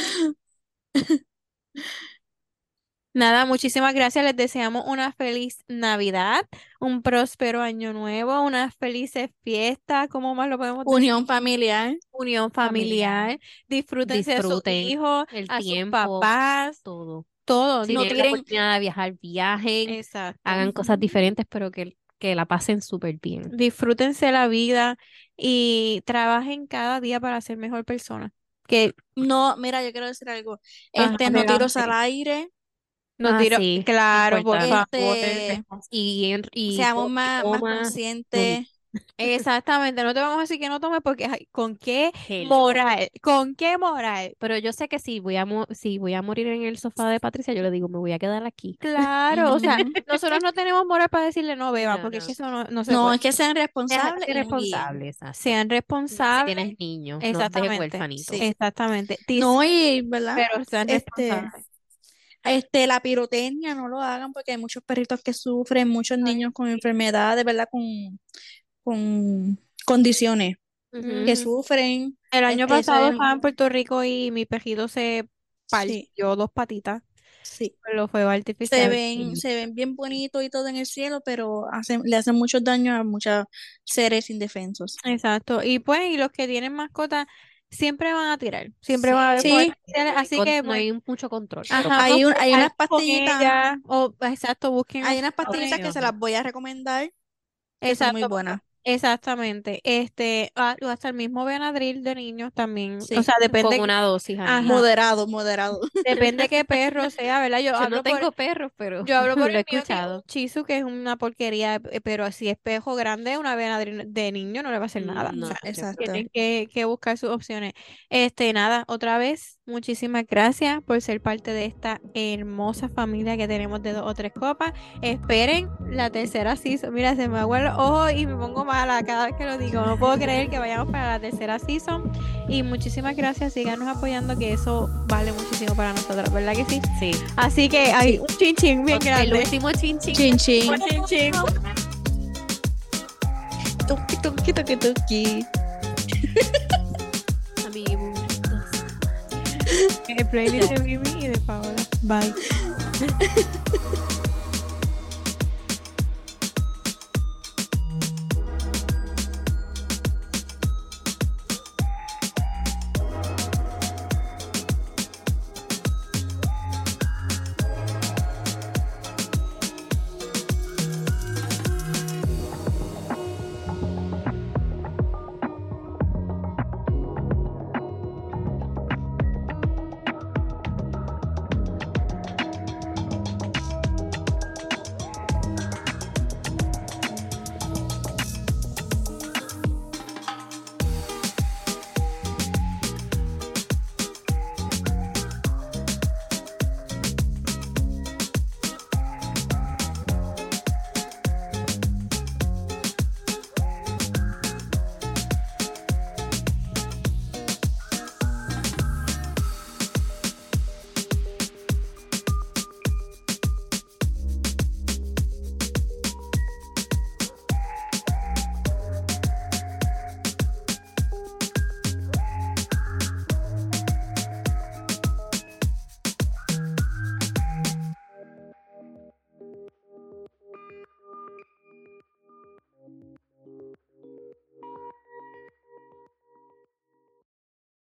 Nada, muchísimas gracias. Les deseamos una feliz Navidad, un próspero año nuevo, unas felices fiestas. ¿Cómo más lo podemos decir? Unión familiar. Unión Familiar. familiar. Disfrútense a sus Disfruten hijos, el a sus tiempo, papás, todo. todo. Si No tienen la tiren, oportunidad de viajar, viajen, Exacto. hagan cosas ujú. diferentes, pero que la pasen súper bien. Disfrútense la vida y trabajen cada día para ser mejor persona. Que, No, mira, yo quiero decir algo. ajá, No adelante. tiros al aire. No Ah, tiro, sí, claro, por importante. favor. Este, Y seamos si más toma, no, conscientes. Exactamente, no te vamos a decir que no tomes porque ay, ¿con qué gel. moral? ¿Con qué moral? Pero yo sé que si voy a morir en el sofá de Patricia, yo le digo, me voy a quedar aquí. Claro, o sea, Ujú. nosotros no tenemos moral para decirle no beba, No, porque es no. que eso no se No, puede. es que sean responsables Sé y no guíen. responsable, exacto. Sean Más si responsables, tienes niños, no los dejes exactamente, huerfanitos. Sí. exactamente. No, y, ¿verdad? Pero sean Este, responsables. la pirotecnia no lo hagan porque hay muchos perritos que sufren, muchos Ay, niños con sí. enfermedades, ¿verdad? Con condiciones Ujú. que Ujú. sufren. El año Eso pasado es, estaba en Puerto Rico y mi perrito se sí, partió dos patitas sí. con los fuegos artificiales. Se ven bien bonitos y todo en el cielo, pero le hacen mucho daño a muchos seres indefensos. Exacto. Y pues, y los que tienen mascotas. siempre van a tirar, siempre van a haber Sí. potenciales, así que no hay mucho control. ajá, Hay pues, hay unas hablen con pastillitas, ella, o exacto, busquen hay unas opciones. pastillitas que se las voy a recomendar, que son muy Exacto, buenas. exactamente. Hasta el mismo Benadryl de niños también, o Sí, sea, Con depende, una dosis ahí. ajá, moderado. depende qué perro sea, ¿verdad? Yo no tengo perros, pero Yo hablo por lo he el mío que es un escuchado. Chisu, que es una porquería, pero si es pejo grande, una Benadryl de niño no le va a hacer nada. O No, sea, exacto. Exacto. tienen que buscar sus opciones. Nada, otra vez, muchísimas gracias por ser parte de esta hermosa familia que tenemos de 2 o 3 copas. Esperen la tercera season. Mira, se me agua el ojo y me pongo mala cada vez que lo digo. No puedo creer que vayamos para la tercera season. Y muchísimas gracias, síganos apoyando, que eso vale muchísimo para nosotros, ¿verdad que sí? Sí. Así que hay Sí. un chin chin bien El grande. último chin chin. Chin chin. Un chin chin. Tuki, tuki, tuki, tuki. Amigos. El playlist de Mimi y de Paola. Bye.